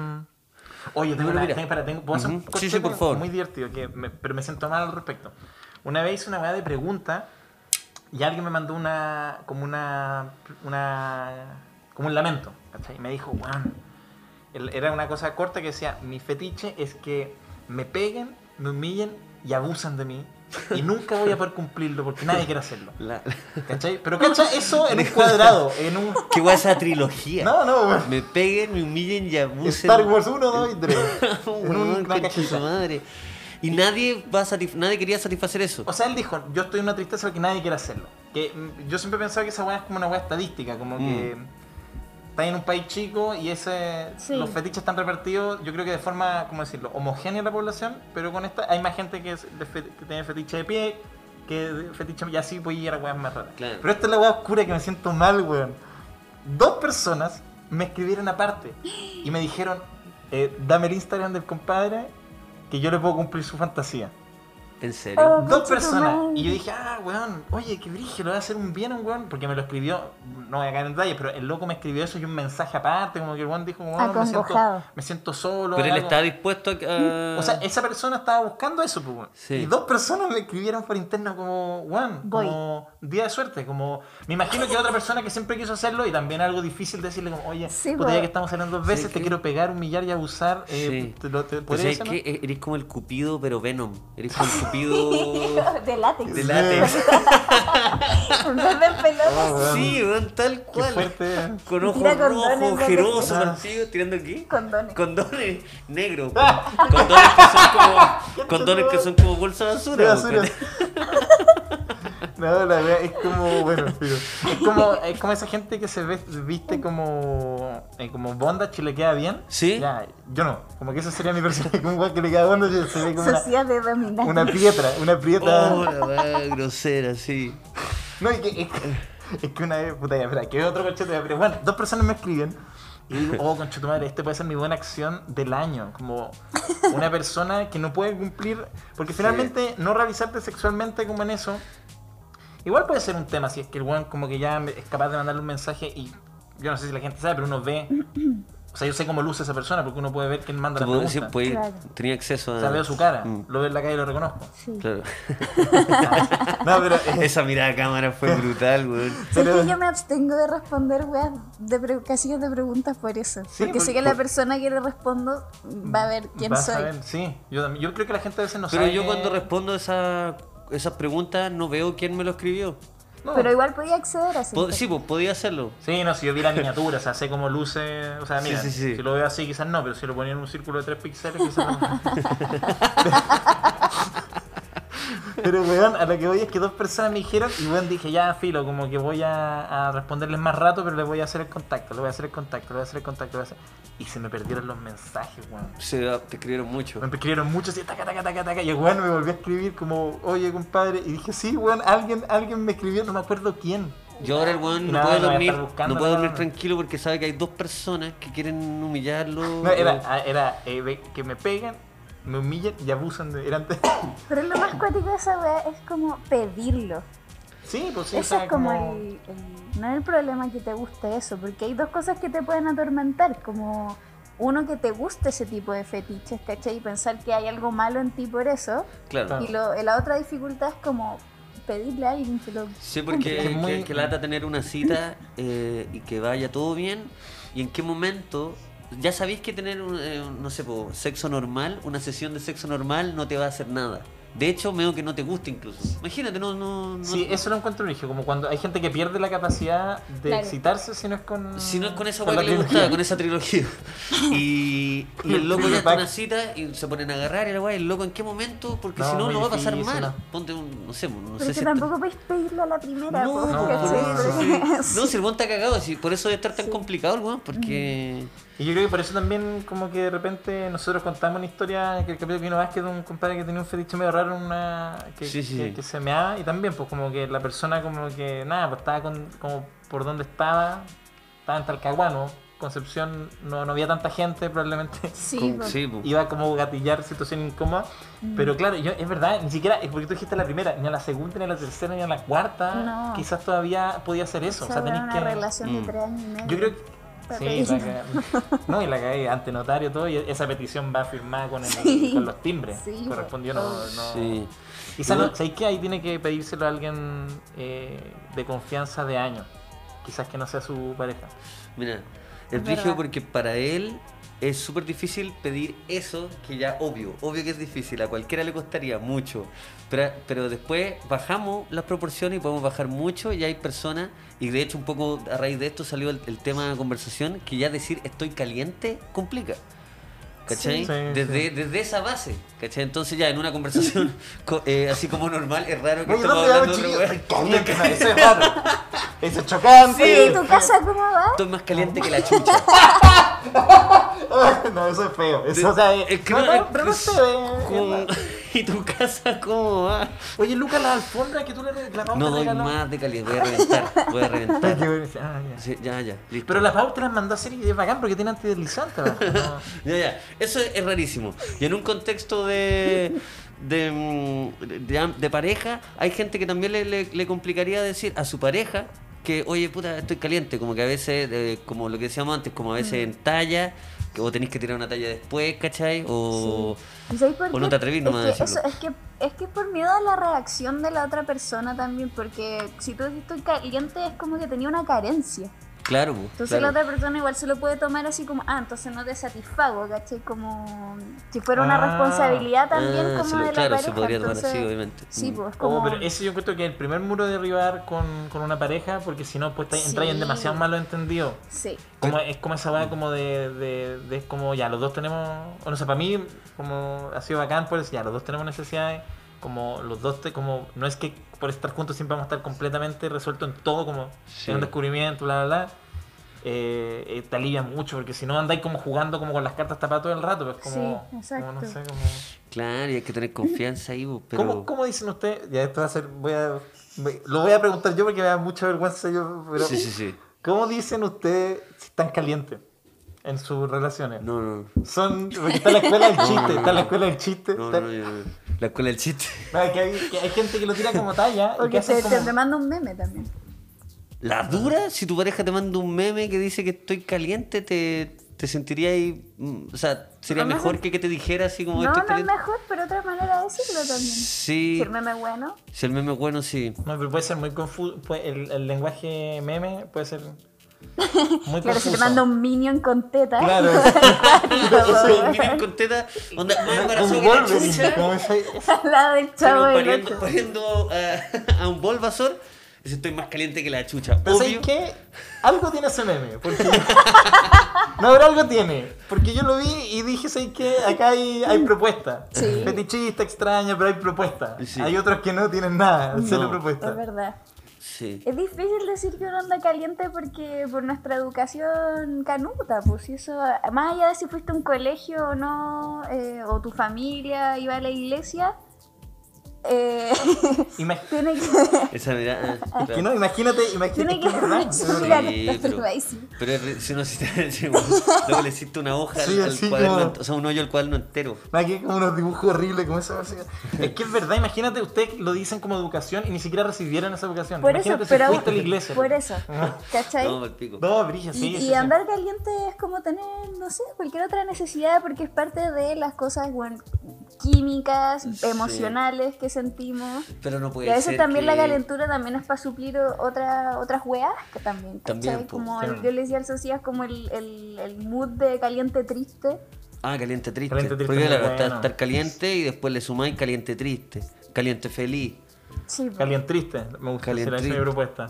Oye, tengo Bueno, una... mira. tengo- espera, tengo- ¿puedo hacer un Ujú. Sí, corte sí, por muy- favor. muy divertido, que me- pero me siento mal al respecto. Una vez hice una weá de pregunta y alguien me mandó una... como una... una como un lamento, ¿cachai? Y me dijo, weón... el- Era una cosa corta que decía, mi fetiche es que me peguen, me humillen y abusan de mí y nunca voy a poder cumplirlo porque nadie quiere hacerlo. La... ¿Cachai? Pero cacha eso en un cuadrado, en un... ¿Qué guay esa trilogía? No, no, weón. Me peguen, me humillen y abusen. Star Wars uno, dos y tres. En Weón, una concha cajita. su madre. Y nadie va a satisf- nadie quería satisfacer eso. O sea, él dijo, yo estoy en una tristeza porque nadie quiere hacerlo. Que mm, yo siempre he pensado que esa weá es como una weá estadística, como que estás en un país chico y ese Sí. los fetiches están repartidos, yo creo que de forma, ¿cómo decirlo?, homogénea en la población, pero con esta hay más gente que, es de fe- que tiene fetiche de pie, que de fetiche y así pues ir a weas más raras. Claro. Pero esta es la weá oscura que me siento mal, weón. Dos personas me escribieron aparte y me dijeron, eh, dame el Instagram del compadre que yo le puedo cumplir su fantasía. ¿En serio? Oh. Dos concha tu personas. madre. Y yo dije, ah, weón, oye, qué brillo, le voy a hacer un bien a un weón. Porque me lo escribió, no voy a caer en detalles, pero el loco me escribió eso y un mensaje aparte, como que el weón dijo, weón, me siento, Acongojado. me siento solo. Pero él algo. está dispuesto a... O sea, esa persona estaba buscando eso, pues, weón. Sí. Y dos personas me escribieron por interno como, weón, Voy. como día de suerte. Como, me imagino que otra persona que siempre quiso hacerlo y también algo difícil decirle como, oye, Sí, puta, po. ya que estamos saliendo dos veces, Sí, te que- quiero pegar, humillar y abusar. Eh, Sí. te, lo- te, Pues ¿podrías es hacerlo? que eres como el cupido, pero Venom. Eres como el cupido De látex. de látex. En vez de pelotas. Oh, weón. Sí, weón, tal Qué cual. fuerte. eh. Con ojos Tira condones, rojos, ¿no? ojerosos, Ah. contigo, tirando aquí. Condones. Condones negros. con- Condones que son como. Condones que son como bolsa de basura. De weón. basura. No, la verdad es como, bueno, pero es como, es como esa gente que se ve, viste como, eh, como bondage y le queda bien. ¿Sí? Ya, yo no, como que esa sería mi personaje, como un weón que le queda bondage y se ve como una, Sociedad de dominantes. una prieta, una prieta. Oh, la weá grosera, sí. No, y que, es, que- es que una vez, puta ya, espera, que otro conchete, pero bueno, dos personas me escriben y digo, oh, concha tu madre, este puede ser mi buena acción del año, como una persona que no puede cumplir, porque finalmente no realizarte sexualmente como en eso, igual puede ser un tema, si es que el weón como que ya es capaz de mandarle un mensaje y yo no sé si la gente sabe, pero uno ve O sea, yo sé cómo luce esa persona porque uno puede ver quién manda la Tú puedes pregunta. decir, pues, Claro. tenía acceso a... O sea, veo su cara, Mm, lo veo en la calle y lo reconozco. Sí. claro. No, pero... eh, Esa mirada a cámara fue brutal, weón. Sé Pero- que yo me abstengo de responder weas de pre- casillas de preguntas por eso. Sí, porque por- sé que la por- persona que le respondo va a ver quién vas a soy. ver, sí, yo, también- yo creo que la gente a veces no Pero sabe yo que- cuando respondo esa, esas preguntas no veo quién me lo escribió. No. Pero igual podía acceder a ese Po- internet. sí, pues podía hacerlo. Sí, no, si yo vi la miniatura, o sea, sé cómo luce, o sea, Sí, mira, sí, sí. si lo veo así quizás no, pero si lo ponía en un círculo de tres píxeles quizás no. Pero weón, a lo que voy es que dos personas me dijeron y weón dije, ya filo, como que voy a, a responderles más rato, pero les voy a hacer el contacto, le voy a hacer el contacto, le voy a hacer el contacto, le voy a hacer... Y se me perdieron los mensajes, weón. Se, te escribieron mucho. Me escribieron mucho así, taca, taca, taca, taca, y el weón me volvió a escribir como, oye compadre, y dije, sí, weón, alguien, alguien me escribió, no me acuerdo quién. Yo ahora el weón Y no nada, puede lo voy a dormir, estar buscando, no puede no, dormir no. tranquilo porque sabe que hay dos personas que quieren humillarlo. No, era, ah, era eh, ve- que me pegan, me humillan y abusan de... Eran Pero lo más cuático de esa wea es como pedirlo. sí, pues sí, o Ese sea, es como el, el- no es el problema que te guste eso, porque hay dos cosas que te pueden atormentar, como uno que te guste ese tipo de fetiches, ¿cachai? Y pensar que hay algo malo en ti por eso, Claro. y lo, la otra dificultad es como pedirle a alguien que lo... Sí, porque Es muy- que, que lata tener una cita eh, y que vaya todo bien. Y en qué momento, ya sabéis que tener, un, eh, no sé, po, sexo normal, una sesión de sexo normal no te va a hacer nada. De hecho, medio que no te gusta incluso. Imagínate, no... no, no Sí, eso lo encuentro origen, como cuando hay gente que pierde la capacidad de Claro. excitarse si no es con... Si no es con esa con weá la que le trilogía. gustaba, con esa trilogía. Y, y el loco ya está en una cita y se ponen a agarrar y la weá, ¿el loco en qué momento? Porque No, si no muy lo va a pasar difícil, mal. no. Ponte un, no sé, no Pero sé es que si... tampoco podéis pedirle a la primera, No, po, no, ¿cachai? por eso, Porque- sí. No, si el weón está cagado, si por eso debe estar tan complicado el weón, porque... Y yo creo que por eso también como que de repente nosotros contamos una historia que el capítulo que vino Vázquez de un compadre que tenía un fetiche medio raro en una que, Sí, sí, que, sí. que se meaba y también pues como que la persona como que nada, pues estaba con, como por donde estaba, estaba en Talcahuano, Concepción no, no había tanta gente probablemente. Sí, Con- po. sí, po. Iba como a gatillar situación incómoda, pero claro, yo, es verdad, ni siquiera, es porque tú dijiste la primera, ni a la segunda, ni a la tercera, ni a la cuarta, No. quizás todavía podía hacer eso. Esa O sea, wea es tenés una que... relación Mm. de tres años y medio. Yo creo que... Para Sí, pedir. la cagué. No, y la cagué ante notario todo, y esa petición va firmada con, el, Sí. con los timbres. Sí, Correspondió, no... oh. no... Sí. Quizás, Yo- no, ¿sabéis qué? Ahí tiene que pedírselo a alguien eh, de confianza de años. Quizás que no sea su pareja. Mira, es Es brígido verdad. porque para él es súper difícil pedir eso, que ya obvio, obvio que es difícil, a cualquiera le costaría mucho, pero, pero después bajamos las proporciones y podemos bajar mucho y hay personas, y de hecho un poco a raíz de esto salió el, el tema de conversación, que ya decir estoy caliente complica. ¿Cachai? Sí. Sí, desde, sí. desde esa base, ¿cachai? Entonces ya en una conversación co- eh, así como normal, es raro que Oye, estemos ¿dónde va, hablando de chiquillo? otra wea. Estoy caliente, no, eso es raro. Eso es chocante. Oye, ¿y tu casa cómo va? Estoy más caliente que la chucha. No, eso es feo. Eso, o sea, Es que no, no- no, es- pero no es- sé, eh, ¿Cómo- eh, ¿Y tu casa cómo va? Oye, Lucas, la alfombra que tú le la Pau No te doy regaló. más de calidad, voy a reventar, voy a Ay, qué reventar. bueno. Ah, ya. Sí, ya, ya, listo. Pero la Pau te las mandó a hacer y es bacán porque tiene antideslizante abajo. ¿No? Ya, ya, eso es, es rarísimo. Y en un contexto de, de, mm, de, de pareja, hay gente que también le, le- le complicaría decir a su pareja que, oye, puta, estoy caliente, como que a veces, eh, como lo que decíamos antes, como a veces en talla, que o tenéis que tirar una talla después, ¿cachai? O... ¿Y sabes por O qué? no te atrevís nomás a es que decirlo. eso- es, que, es que es por miedo a la reacción de la otra persona también, porque si tú dices estoy caliente es como que tenía una carencia. Claro, po, Entonces claro. la otra persona igual se lo puede tomar así como, ah, entonces no te satisfago, ¿cachai? Como si fuera una Ah. responsabilidad también Ah, como se lo- de la claro, pareja. se podría tomar entonces, así, obviamente. Sí, Mm. pues como... Oh, pero ese yo encuentro que es el primer muro de derribar con, con una pareja, porque si no, pues Sí. entráis en demasiado malos entendidos. Sí. Como, es como esa weá como de, de, de- es como ya, los dos tenemos, o no sé, para mí como ha sido bacán por eso, ya, los dos tenemos necesidades, como los dos, te, como no es que por estar juntos siempre vamos a estar completamente resueltos en todo, como Sí. en un descubrimiento, bla, bla, bla, eh, eh, te alivia mucho, porque si no andáis como jugando como con las cartas tapadas todo el rato, pues como, Sí, exacto. como no sé, como... Claro, y hay que tener confianza ahí, po, pero... ¿Cómo, ¿Cómo dicen ustedes? Ya esto va a ser, voy a, voy- lo voy a preguntar yo porque me da mucha vergüenza yo, pero Sí, sí, sí. ¿cómo dicen ustedes si están calientes en sus relaciones? No, no. Son, porque está la escuela del No, chiste, no, no. está la escuela del chiste. No, está- no, yo no. La escuela del chiste. No, es que hay, que hay gente que lo tira como talla y O que que hacen te, como... te manda un meme también. La dura, si tu pareja te manda un meme que dice que estoy caliente, te, te te sentirías ahí, mm, o sea, sería No, no mejor sé. que que te dijera así como No, estoy no es caliente. mejor, pero otra manera de decirlo también. Sí, Si el meme es bueno. si el meme es bueno, sí. No, pero puede ser muy confuso. El, el lenguaje meme puede ser muy Claro, si confuso. te manda un minion con teta. Claro. Eso, miren con teta, onda, más embarazoso Un que la Wolverine, chucha, como ese- Al lado del pero chavo del pariendo, ocho. pariendo a, a un Bulbasaur, ese estoy más caliente que la chucha. Pero Obvio. ¿sabes qué? Algo tiene ese meme. Porque... no, pero algo tiene. Porque yo lo vi y dije, ¿sabes qué? Acá hay, hay propuesta. Sí. Fetichista, extraña, pero hay propuesta. Sí. Hay otros que no tienen nada. Solo No. propuesta. Es verdad. Sí. Es difícil decir que uno anda caliente porque por nuestra educación canuta, pues y eso, más allá de si fuiste a un colegio o no, eh, o tu familia iba a la iglesia, eh, Imag- tiene que, Esa mirada. ah, que no, imagínate, imagínate. tiene que es verdad, es verdad. mirar Sí, esta pero, supervisión. pero es re- si uno si te- si uno- luego le hiciste una hoja al- Sí, al, así cuaderno, como- ent- o sea, un hoyo al cuaderno entero. Aquí como unos dibujos horribles como eso. así. Es que es verdad, imagínate, ustedes lo dicen como educación y ni siquiera recibieron esa educación. Por eso, imagínate pero si fuiste a la iglesia. por eso, ¿cachai? No, al pico. No, brilla, sí. Y, sí, y sí. andar caliente es como tener, no sé, cualquier otra necesidad porque es parte de las cosas, bueno, químicas, Sí. emocionales que sentimos. Pero no puede Y a veces ser también que- la calentura también es para suplir o- otra, otras weas que también, ¿cachai? También, po. Como Sí. el- yo le decía al Socias como el, el, el mood de caliente triste. Ah, caliente triste. Caliente triste Porque es muy claro, está bueno. estar caliente y después le sumáis caliente triste, caliente feliz. Sí, po. Calientriste, me gusta. Calientriste. Será esa mi propuesta.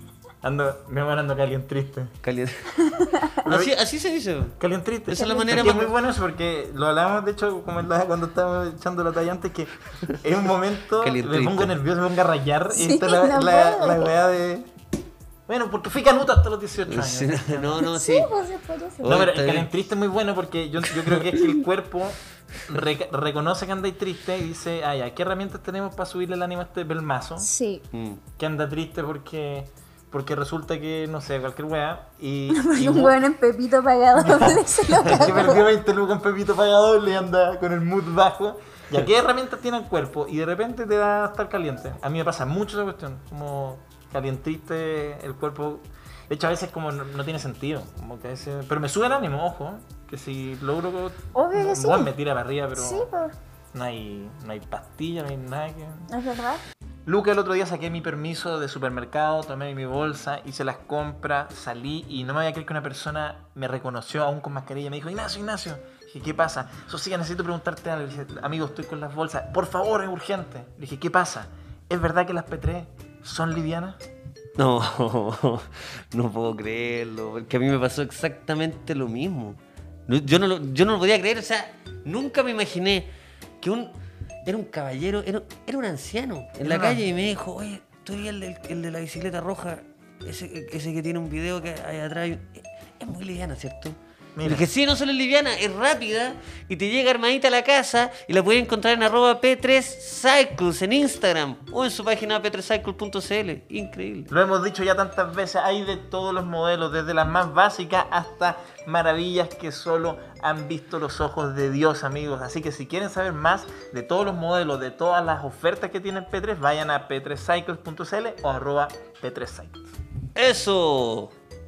Ando, me van ando calientriste. Caliente. así, así se dice. Calientriste. Esa es la manera Aquí es más- muy bueno eso porque lo hablábamos de hecho como en la- cuando estábamos echando la talla antes que en un momento me Calientriste. pongo nervioso, me pongo a rayar y Sí, está la, no la, puedo. la weá de... Bueno, porque fui canuta hasta los dieciocho años. Sí, no, no, Sí, sí. pues es por eso. Oh, No, pero está el bien. calientriste es muy bueno porque yo, yo creo que es que el cuerpo re- reconoce que andáis triste y dice, ah, ya, ¿qué herramientas tenemos para subirle el ánimo a este pelmazo? Sí. Mm. Que anda triste porque porque resulta que, no sé, cualquier weá y... Porque y un weón en Pepito pagado se lo que cagó. perdió veinte lucas en Pepito Pagador y anda con el mood bajo. ¿Y qué herramientas tiene el cuerpo? Y de repente te da a estar caliente. A mí me pasa mucho esa cuestión. Como calientiste el cuerpo. De hecho, a veces como no, no tiene sentido. Como que a veces... Pero me sube el ánimo, ojo. Que si logro... Obvio que sí. Bueno, me tira para arriba, pero Sí, pues, no hay, no hay pastilla, no hay nada que... es verdad. Luca, el otro día saqué mi permiso de supermercado, tomé mi bolsa, hice las compras, salí y no me voy a creer que una persona me reconoció aún con mascarilla y me dijo, Ignacio, Ignacio. Dije, ¿qué pasa? Eso sí, necesito preguntarte algo. Le dije, amigo, estoy con las bolsas. Por favor, es urgente. Le dije, ¿qué pasa? ¿Es verdad que las P tres son livianas? No, no puedo creerlo, porque a mí me pasó exactamente lo mismo. No- Yo no lo, yo no lo podía creer, o sea, nunca me imaginé que un... Era un caballero, era, era un anciano en la No. calle y me dijo, oye, tú eres el, del- el de la bicicleta roja, ese, ese que tiene un video que hay atrás, es, es muy liviana, ¿cierto? Mira. Le dije, sí, no solo es liviana, es rápida y te llega armadita a la casa y la puedes encontrar en arroba P tres Cycles en Instagram o en su página p tres cycle punto c l. Increíble. Lo hemos dicho ya tantas veces, hay de todos los modelos, desde las más básicas hasta maravillas que solo han visto los ojos de Dios, amigos. Así que si quieren saber más de todos los modelos, de todas las ofertas que tiene P tres, vayan a p tres cycles punto c l o arroba P tres Cycles. ¡Eso!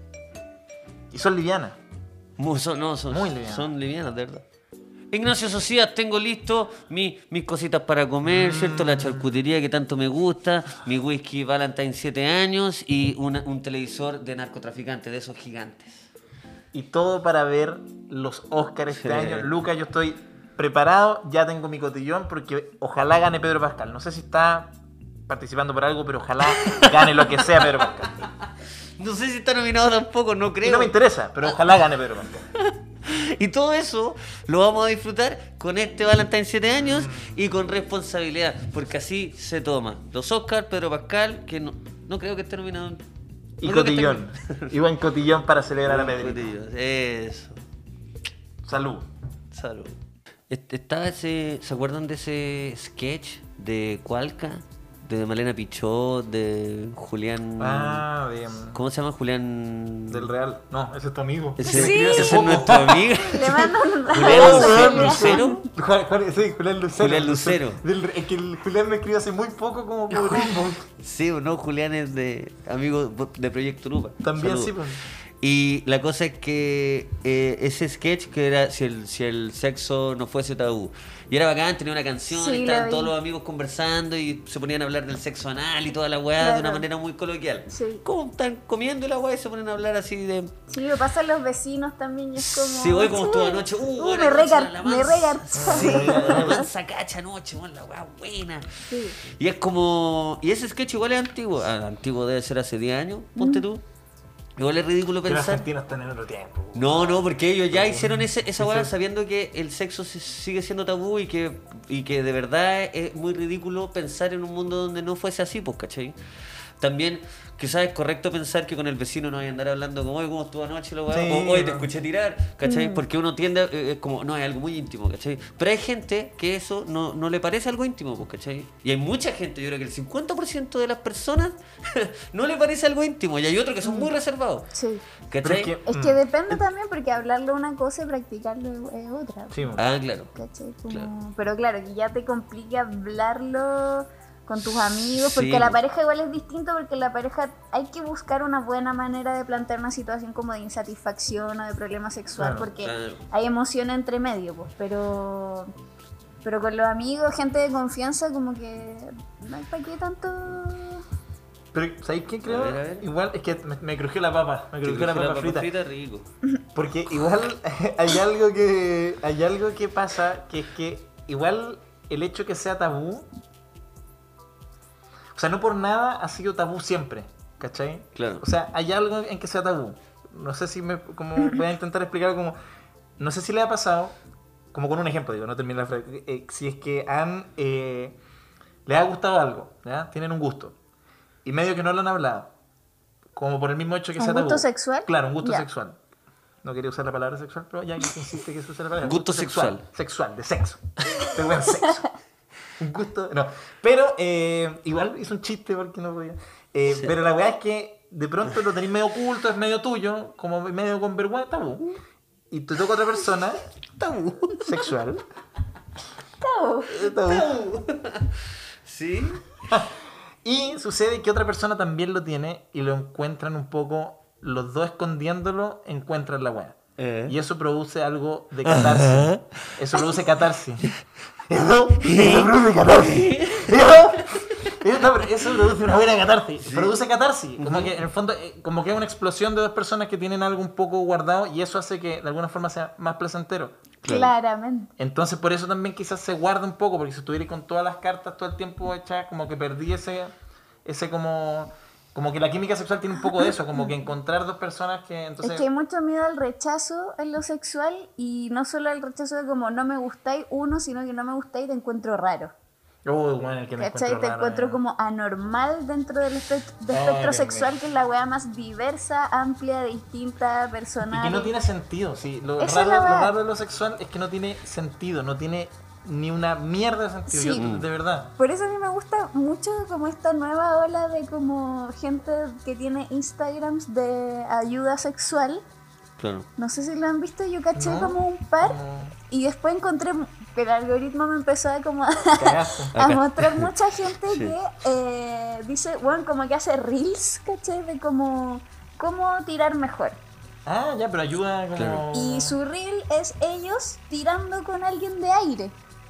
Y son livianas. Mu- son, no, son, Muy livianas. son livianas, de verdad. Ignacio Socias, tengo listo mi- mis cositas para comer, ¿cierto? La charcutería que tanto me gusta, mi whisky Valentine siete años y una- un televisor de narcotraficante, de esos gigantes. Y todo para ver los Oscars este Sí. año. Lucas, yo estoy preparado, ya tengo mi cotillón porque ojalá gane Pedro Pascal. No sé si está participando por algo, pero ojalá gane lo que sea Pedro Pascal. No sé si está nominado tampoco, no Y creo. no me interesa, pero ojalá gane Pedro Pascal. Y todo eso lo vamos a disfrutar con este Valentine siete años y con responsabilidad, porque así se toma. Los Oscars, Pedro Pascal, que no, no creo que esté nominado. no Y creo que esté- cotillón. Y buen cotillón para celebrar a Pedrito. Cotillos, Eso. Salud. Salud. Est- Estaba ese, ¿se acuerdan de ese sketch de Cualca? De Malena Pichot, de Julián... Ah, bien. ¿Cómo se llama? Julián... Del Real. No, ese es tu amigo. Ese, Sí. ese es nuestro amigo. Le mando un Julián abrazo. Lucero. ¿Lucero? Juan- Juan- sí, Julián Lucero. Julián Lucero. Del- es que el Julián me escribió hace muy poco como por inbox. Sí, ¿o no? Julián es de amigo de Proyecto Lupa. También Saludos. sí, pues. Y la cosa es que eh, ese sketch que era si el, si el sexo no fuese tabú. Y era bacán, tenía una canción, Sí, y lo estaban vi. todos los amigos conversando y se ponían a hablar del sexo anal y toda la weá Claro. de una manera muy coloquial. Sí. Como están comiendo y la weá y se ponen a hablar así de... Sí, lo pasan los vecinos también y es como... Sí, hoy como sí. estuvo anoche, uh, Uh, buena me noche, regar- la me mansa- regarchó. Sí, la mansa cacha anoche, weón, la weá buena. Sí. Y es como... Y ese sketch igual es antiguo. Ah, antiguo debe ser hace diez años, ponte tú. Igual es ridículo Que los pensar... argentinos están en otro tiempo. No, no, porque ellos ya hicieron ese, esa Sí, weá sí. sabiendo que el sexo se- sigue siendo tabú y que, y que de verdad es muy ridículo pensar en un mundo donde no fuese así, pues, ¿cachai? También quizás es correcto pensar que con el vecino no hay que andar hablando como, oye, ¿cómo estuvo anoche la weá? Sí, O, oye, te no. escuché tirar, ¿cachai? Porque uno tiende, a- eh, es como, no, es algo muy íntimo, ¿cachai? Pero hay gente que eso no, no le parece algo íntimo, pues, ¿cachai? Y hay mucha gente, yo creo que el cincuenta por ciento de las personas no le parece algo íntimo y hay otros que son muy reservados, Sí. ¿cachai? Pero es que- Es que Mm. depende también porque hablarlo una cosa y practicarlo es otra. Sí, mo. Ah, claro. ¿Cachai? Como- Claro. Pero claro, que ya te complica hablarlo con tus amigos, Sí. porque la pareja igual es distinto, porque la pareja hay que buscar una buena manera de plantear una situación como de insatisfacción o de problema sexual, Claro, porque claro. hay emoción entre medio, pues, pero pero con los amigos, gente de confianza, como que no hay para qué tanto... Pero, ¿sabéis qué creo? A ver, a ver. Igual es que me, me crujió la papa, me crujió la papa frita. rico. Porque igual hay algo que hay algo que pasa, que es que igual el hecho que sea tabú, o sea, no por nada ha sido tabú siempre, ¿cachai? Claro. O sea, hay algo en que sea tabú. No sé si me, como voy a intentar explicar como, no sé si le ha pasado, como con un ejemplo, digo, no termino la frase, eh, si es que han, eh, les ha gustado algo, ¿ya? Tienen un gusto, y medio que no lo han hablado, como por el mismo hecho que ¿Un sea tabú. gusto sexual? Claro, un gusto Ya. sexual. No quería usar la palabra sexual, pero ya que insiste que se use la palabra. Gusto sexual. Sexual, de sexo. De buen sexo. Un gusto. No. Pero eh, igual hizo un chiste porque no podía. Eh, Sí. Pero la weá es que de pronto lo tenés medio oculto, es medio tuyo, como medio con vergüenza, tabú. Y te toca otra persona, tabú, sexual. Tabú. eh, tabú. ¿Sí? Y sucede que otra persona también lo tiene y lo encuentran un poco, los dos escondiéndolo, encuentran la weá. Eh. Y eso produce algo de catarsis. Eso produce catarsis. Eso, eso produce catarsis. Eso, eso- no, pero eso produce una buena catarsis. Produce catarsis. Como que en el fondo, eh, como que es una explosión de dos personas que tienen algo un poco guardado y eso hace que de alguna forma sea más placentero. Claro. Claramente. Entonces por eso también quizás se guarda un poco, porque si estuviera con todas las cartas todo el tiempo hechas, como que perdí ese, ese como, como que la química sexual tiene un poco de eso, como que encontrar dos personas que entonces... Es que hay mucho miedo al rechazo en lo sexual y no solo al rechazo de como no me gustáis uno, sino que no me gustáis y te encuentro raro. Uy, bueno, el que me ¿Cachai? encuentro Te raro, encuentro eh. como anormal dentro del espect- del Ay, espectro Dios sexual, mío. que es la weá más diversa, amplia, distinta, Y personal. que no tiene sentido, sí. Lo Esa es raro, la lo verdad. raro de lo sexual es que no tiene sentido, no tiene ni una mierda de sentido, Sí. yo- de verdad. Por eso a mí me gusta mucho como esta nueva ola de como gente que tiene Instagrams de ayuda sexual. Claro. No sé si lo han visto, yo caché No, como un par como- y después encontré que el algoritmo me empezó a como a, Cagaste. a Acá. mostrar mucha gente Sí. que eh, dice, bueno, como que hace reels, ¿cachai? De como cómo tirar mejor. Ah, ya, pero ayuda como... Claro. Y su reel es ellos tirando con alguien de aire.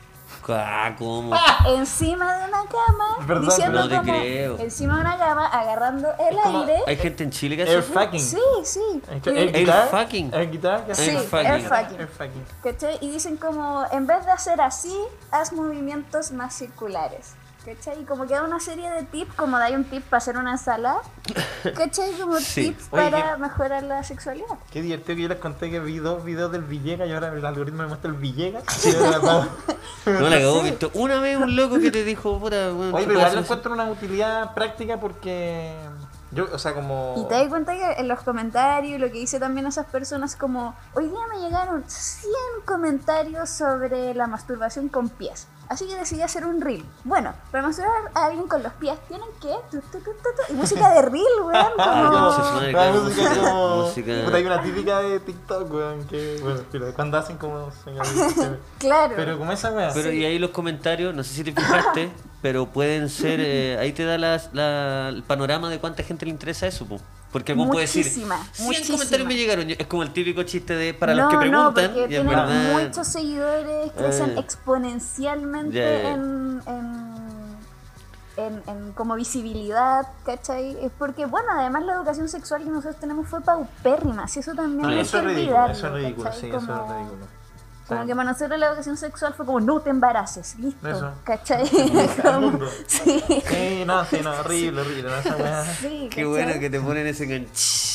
Ah, ¿cómo? Encima de una cama, ¿Verdad? diciendo No te como creo. encima de una cama, agarrando el como- aire. Hay gente en Chile que hace Air eso. fucking. Sí, sí. Air Y- air guitar. fucking. Air guitar. ¿qué Sí, hace? Air fucking. air fucking. Air fucking. ¿Cachai? Y dicen como, en vez de hacer así, haz movimientos más circulares. ¿Cachai? Y como que da una serie de tips, como da un tip para hacer una ensalada. ¿Cachai? Como Sí. tips Oye, para ¿qué- mejorar la sexualidad. Qué divertido que yo les conté que vi dos videos del Villegas y ahora el algoritmo me muestra el Villegas. Y yo era como- No la acabó Sí. visto. Una vez un loco que te dijo, puta, bueno, Oye, tú pero puedes igual hacer le eso. encuentro una utilidad práctica porque yo, o sea, como... Y te das cuenta que en los comentarios, lo que dice también esas personas como, hoy día me llegaron cien comentarios sobre la masturbación con pies. Así que decidí hacer un reel. Bueno, para masturbar a alguien con los pies tienen que... tu, tu, tu, tu, tu, y música de reel, weón. Ah, Como... se suena la claro, música música- como... música- Puta, hay una típica de TikTok, weón, que... Bueno, pero cuando hacen como... Claro. Pero como esa weá. Pero y ahí los comentarios, no sé si te fijaste, pero pueden ser, eh, ahí te da las- la- el panorama de cuánta gente le interesa eso, po. Porque alguno puede decir, Muchísima, cien muchísima. comentarios me llegaron. Es como el típico chiste de para no, los que preguntan. No, porque y en tienen verdad, muchos seguidores, crecen Eh. exponencialmente Ya, ya, ya. En, en, en, en como visibilidad, ¿cachai? Es porque, bueno, además la educación sexual que nosotros tenemos fue paupérrima, si eso también No, no hay eso que es ridículo, olvidarlo, eso es ridículo, ¿cachai? sí, como, eso es ridículo. O sea, Como que para nosotros la educación sexual fue como, no te embaraces, listo, Eso. ¿cachai? Al Como- mundo. sí. Sí, no, sí, no, horrible, horrible, no, esa weá. Sí, qué ¿cachai? bueno que te ponen ese gancho.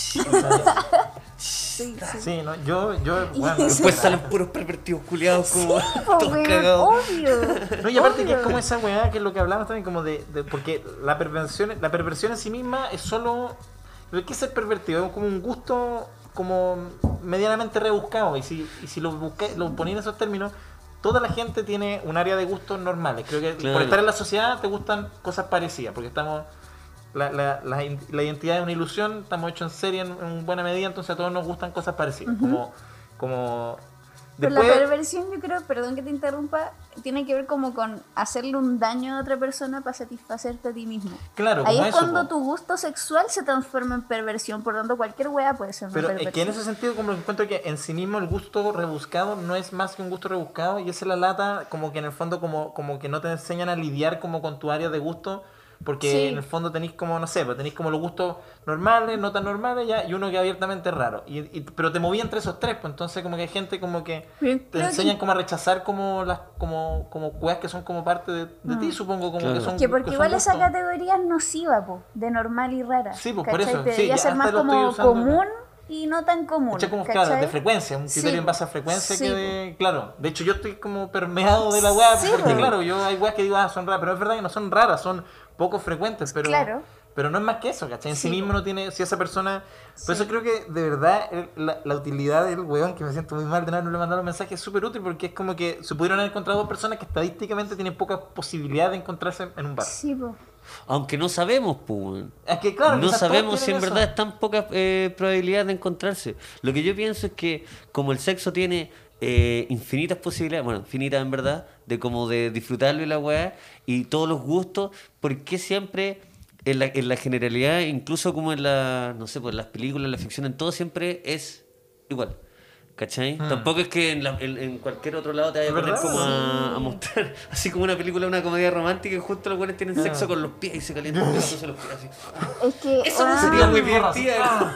Sí, sí. Sí, no, yo, yo, bueno, Después salen puros pervertidos culiados como Po, todos weón, cagados. obvio. no, y aparte que es obvio. como esa weá, que es lo que hablamos también, como de, de- porque la perversión, la perversión en sí misma es solo, ¿qué es ser pervertido? Es como un gusto como medianamente rebuscado, y si, y si lo busqué, lo ponía en esos términos, toda la gente tiene un área de gustos normales. Creo que Claro. por estar en la sociedad te gustan cosas parecidas, porque estamos la, la, la, la identidad es una ilusión, estamos hechos en serie en, en buena medida, entonces a todos nos gustan cosas parecidas. Como, como Pero la después- perversión, yo creo, perdón que te interrumpa, tiene que ver como con hacerle un daño a otra persona para satisfacerte a ti mismo. claro, Ahí como es eso, cuando po. tu gusto sexual se transforma en perversión, por tanto cualquier wea puede ser una Pero es perversión. que en ese sentido como que encuentro que en sí mismo el gusto rebuscado no es más que un gusto rebuscado, y esa es la lata, como que en el fondo como, como que no te enseñan a lidiar como con tu área de gusto, porque Sí. en el fondo tenéis como, no sé, pues tenéis como los gustos normales, no tan normales ya, y uno que abiertamente es raro. Y, y- pero te moví entre esos tres, pues entonces como que hay gente como que Yo te creo enseñan que- como a rechazar como las como como weas que son como parte de, de ti, Mm. supongo, como Claro. que son Que porque que son igual esa gustos. categoría es nosiva, po, de normal y rara. Sí, pues, por ¿cachai? eso, sí, Debería ya ser hasta más lo estoy como usando. común y no tan común. Hecha como, ¿cachai? claro, de frecuencia, un criterio Sí, en base a frecuencia sí, que de, claro, de hecho yo estoy como permeado de la weá, Sí, porque po. claro, yo hay weas que digo, ah, son raras, pero es verdad que no son raras, son poco frecuentes, pero, Claro. pero no es más que eso, ¿cachai? En sí, Sí, mismo po. no tiene, si esa persona, por Sí. eso creo que de verdad el- la, la utilidad del weón, que me siento muy mal de no le mandar un mensaje, es súper útil, porque es como que se pudieron haber encontrado dos personas que estadísticamente tienen poca posibilidad de encontrarse en un bar. Sí, po. Aunque no sabemos, pues. weón. Es que claro, No quizás todos sabemos si en tienen eso. verdad es tan poca eh, probabilidad de encontrarse. Lo que yo pienso es que como el sexo tiene eh, infinitas posibilidades, bueno, infinitas en verdad, de como de disfrutarlo y la weá, y todos los gustos, ¿por qué siempre en la, en la generalidad, incluso como en la, no sé, pues en las películas, en la ficción, en todo siempre es igual? ¿Cachai? Hmm. Tampoco es que en, la- en- en cualquier otro lado te vaya a ¿Es poner verdad? como a, Sí. a mostrar, así como una película, una comedia romántica, y justo los buenos tienen Ah. sexo con los pies y se calientan entonces los pies así. Es que. Eso no ah, sería muy Porras. divertida. Ah.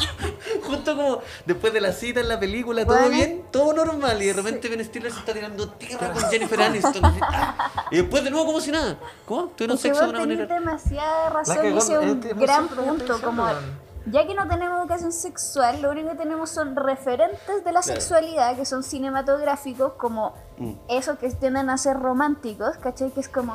Justo como después de la cita en la película, todo Bueno. bien, todo normal, y de repente Ben Stiller se está tirando tierra con Jennifer Aniston. Ah. Y después de nuevo como si nada. ¿Cómo? Tuvieron Es que sexo de vos una tenés manera. demasiada razón, cagó, y ese es un este es muy gran cierto lo que punto. estoy Como, diciendo, ya que no tenemos educación sexual, lo único que tenemos son referentes de la sexualidad que son cinematográficos, como Mm. esos que tienden a ser románticos, ¿cachai? Que es como,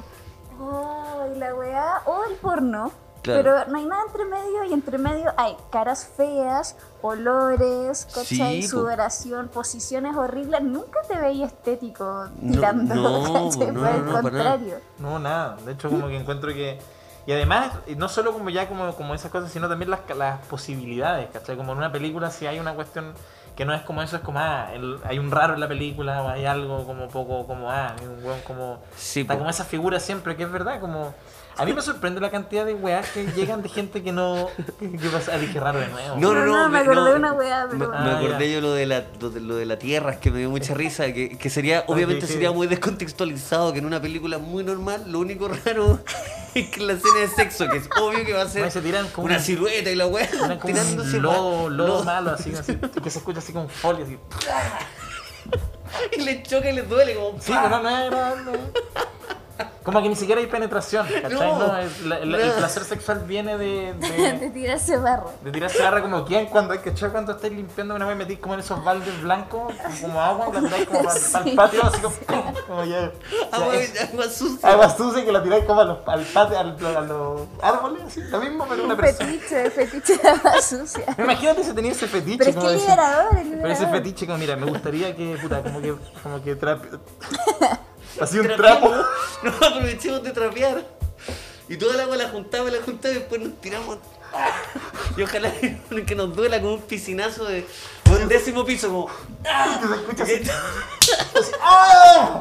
oh, y la weá, o el porno. Claro. Pero no hay nada entre medio, y entre medio hay caras feas, olores, ¿cachai? Sí, po. Sudoración, posiciones horribles. Nunca te veía estético No, tirando, no, ¿cachai? no, Por el no, para nada. contrario. No, nada. De hecho, como que encuentro que... Y además, y no solo como ya como, como esas cosas, sino también las, las posibilidades, ¿cachai? Como en una película, si hay una cuestión que no es como eso, es como, ah, el- hay un raro en la película, o hay algo como poco, como, ah, hay un weón como... Sí, está po. como esa figura siempre, que es verdad, como... A mí me sorprende la cantidad de weas que llegan de gente que no... ¿Qué pasa? Ah, dije raro de nuevo. No, no, No, no, no, me acordé de una weá, pero- Me, me Ah, acordé ya. yo lo de la lo de, lo de la tierra, es que me dio mucha risa, que, que sería, obviamente sí. sería muy descontextualizado, que en una película muy normal, lo único raro es que en la escena de sexo, que es obvio que va a No, ser y se tiran como una un- silueta y la weá, Era como tirándose un lodo, pa- lodo lodo. malo, así, así, que se escucha así con folio, así. Y le choca y le duele como... Sí, pero no era... no. Como que ni siquiera hay penetración, ¿cachai? No, No, es la- la- el nada. placer sexual viene de... De de tirarse barro. de tirarse garra como quien cuando hay que echar cuando estáis limpiando una vez metís como en esos baldes blancos, como agua, y la tiráis como para, Sí. el patio, así como, como ya. Agua, ya, es- agua sucia. agua sucia que la tiráis como a los, al patio, al- a los árboles, así, lo mismo, pero una Un persona. fetiche, fetiche de agua sucia. Imagínate si tenía ese fetiche. Pero es como que es decir- liberador, es Pero ese liberador. fetiche como, mira, me gustaría que, puta, como que, como que trape... Así un Trapeamos. trapo. No, aprovechemos de trapear. Y toda el agua la juntamos y la juntamos y después nos tiramos. Y ojalá que nos duela como un piscinazo de un décimo piso, como. Que se escucha así. ¡Ah!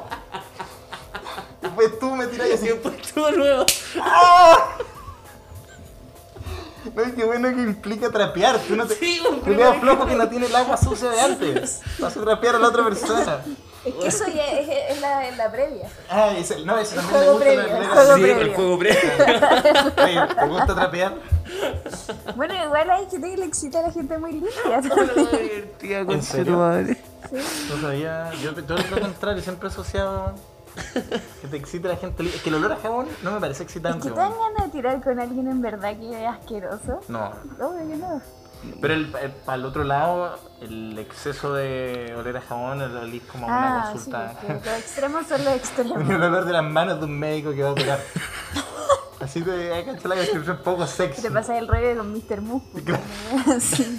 Después tú me tiras Y así. después todo nuevo. ¡Ah! No, es que bueno que implica trapear. Tú no te... Sí, un Cuidado primero flojo que no tiene el agua sucia de antes. Vas a trapear a la otra persona. Es que eso ya es, es la, es la previa. Ah, es el, no, eso El también me juego gusta. previo, la- el la- juego Sí, previo. el juego previo. Oye, ¿te gusta trapear? Bueno, igual hay gente que le excita a la gente muy limpia. divertida, ¿En con serio? madre. Sí. No sabía. Yo todo lo contrario, siempre he asociado que te excita la gente. li- Es que el olor a jabón no me parece Es excitante. que te weón. dan ganas de tirar con alguien en verdad que es asqueroso. No. Obvio que no. Pero el, el- para el otro lado, el exceso de oler a jabón, el olor como a una Ah, sí, consulta. porque los extremos son los extremos. El olor de las manos de un médico que va a operar. Así que hay que echar la descripción un poco sexy. Te pasas el rollo con mister Músculo. Sí.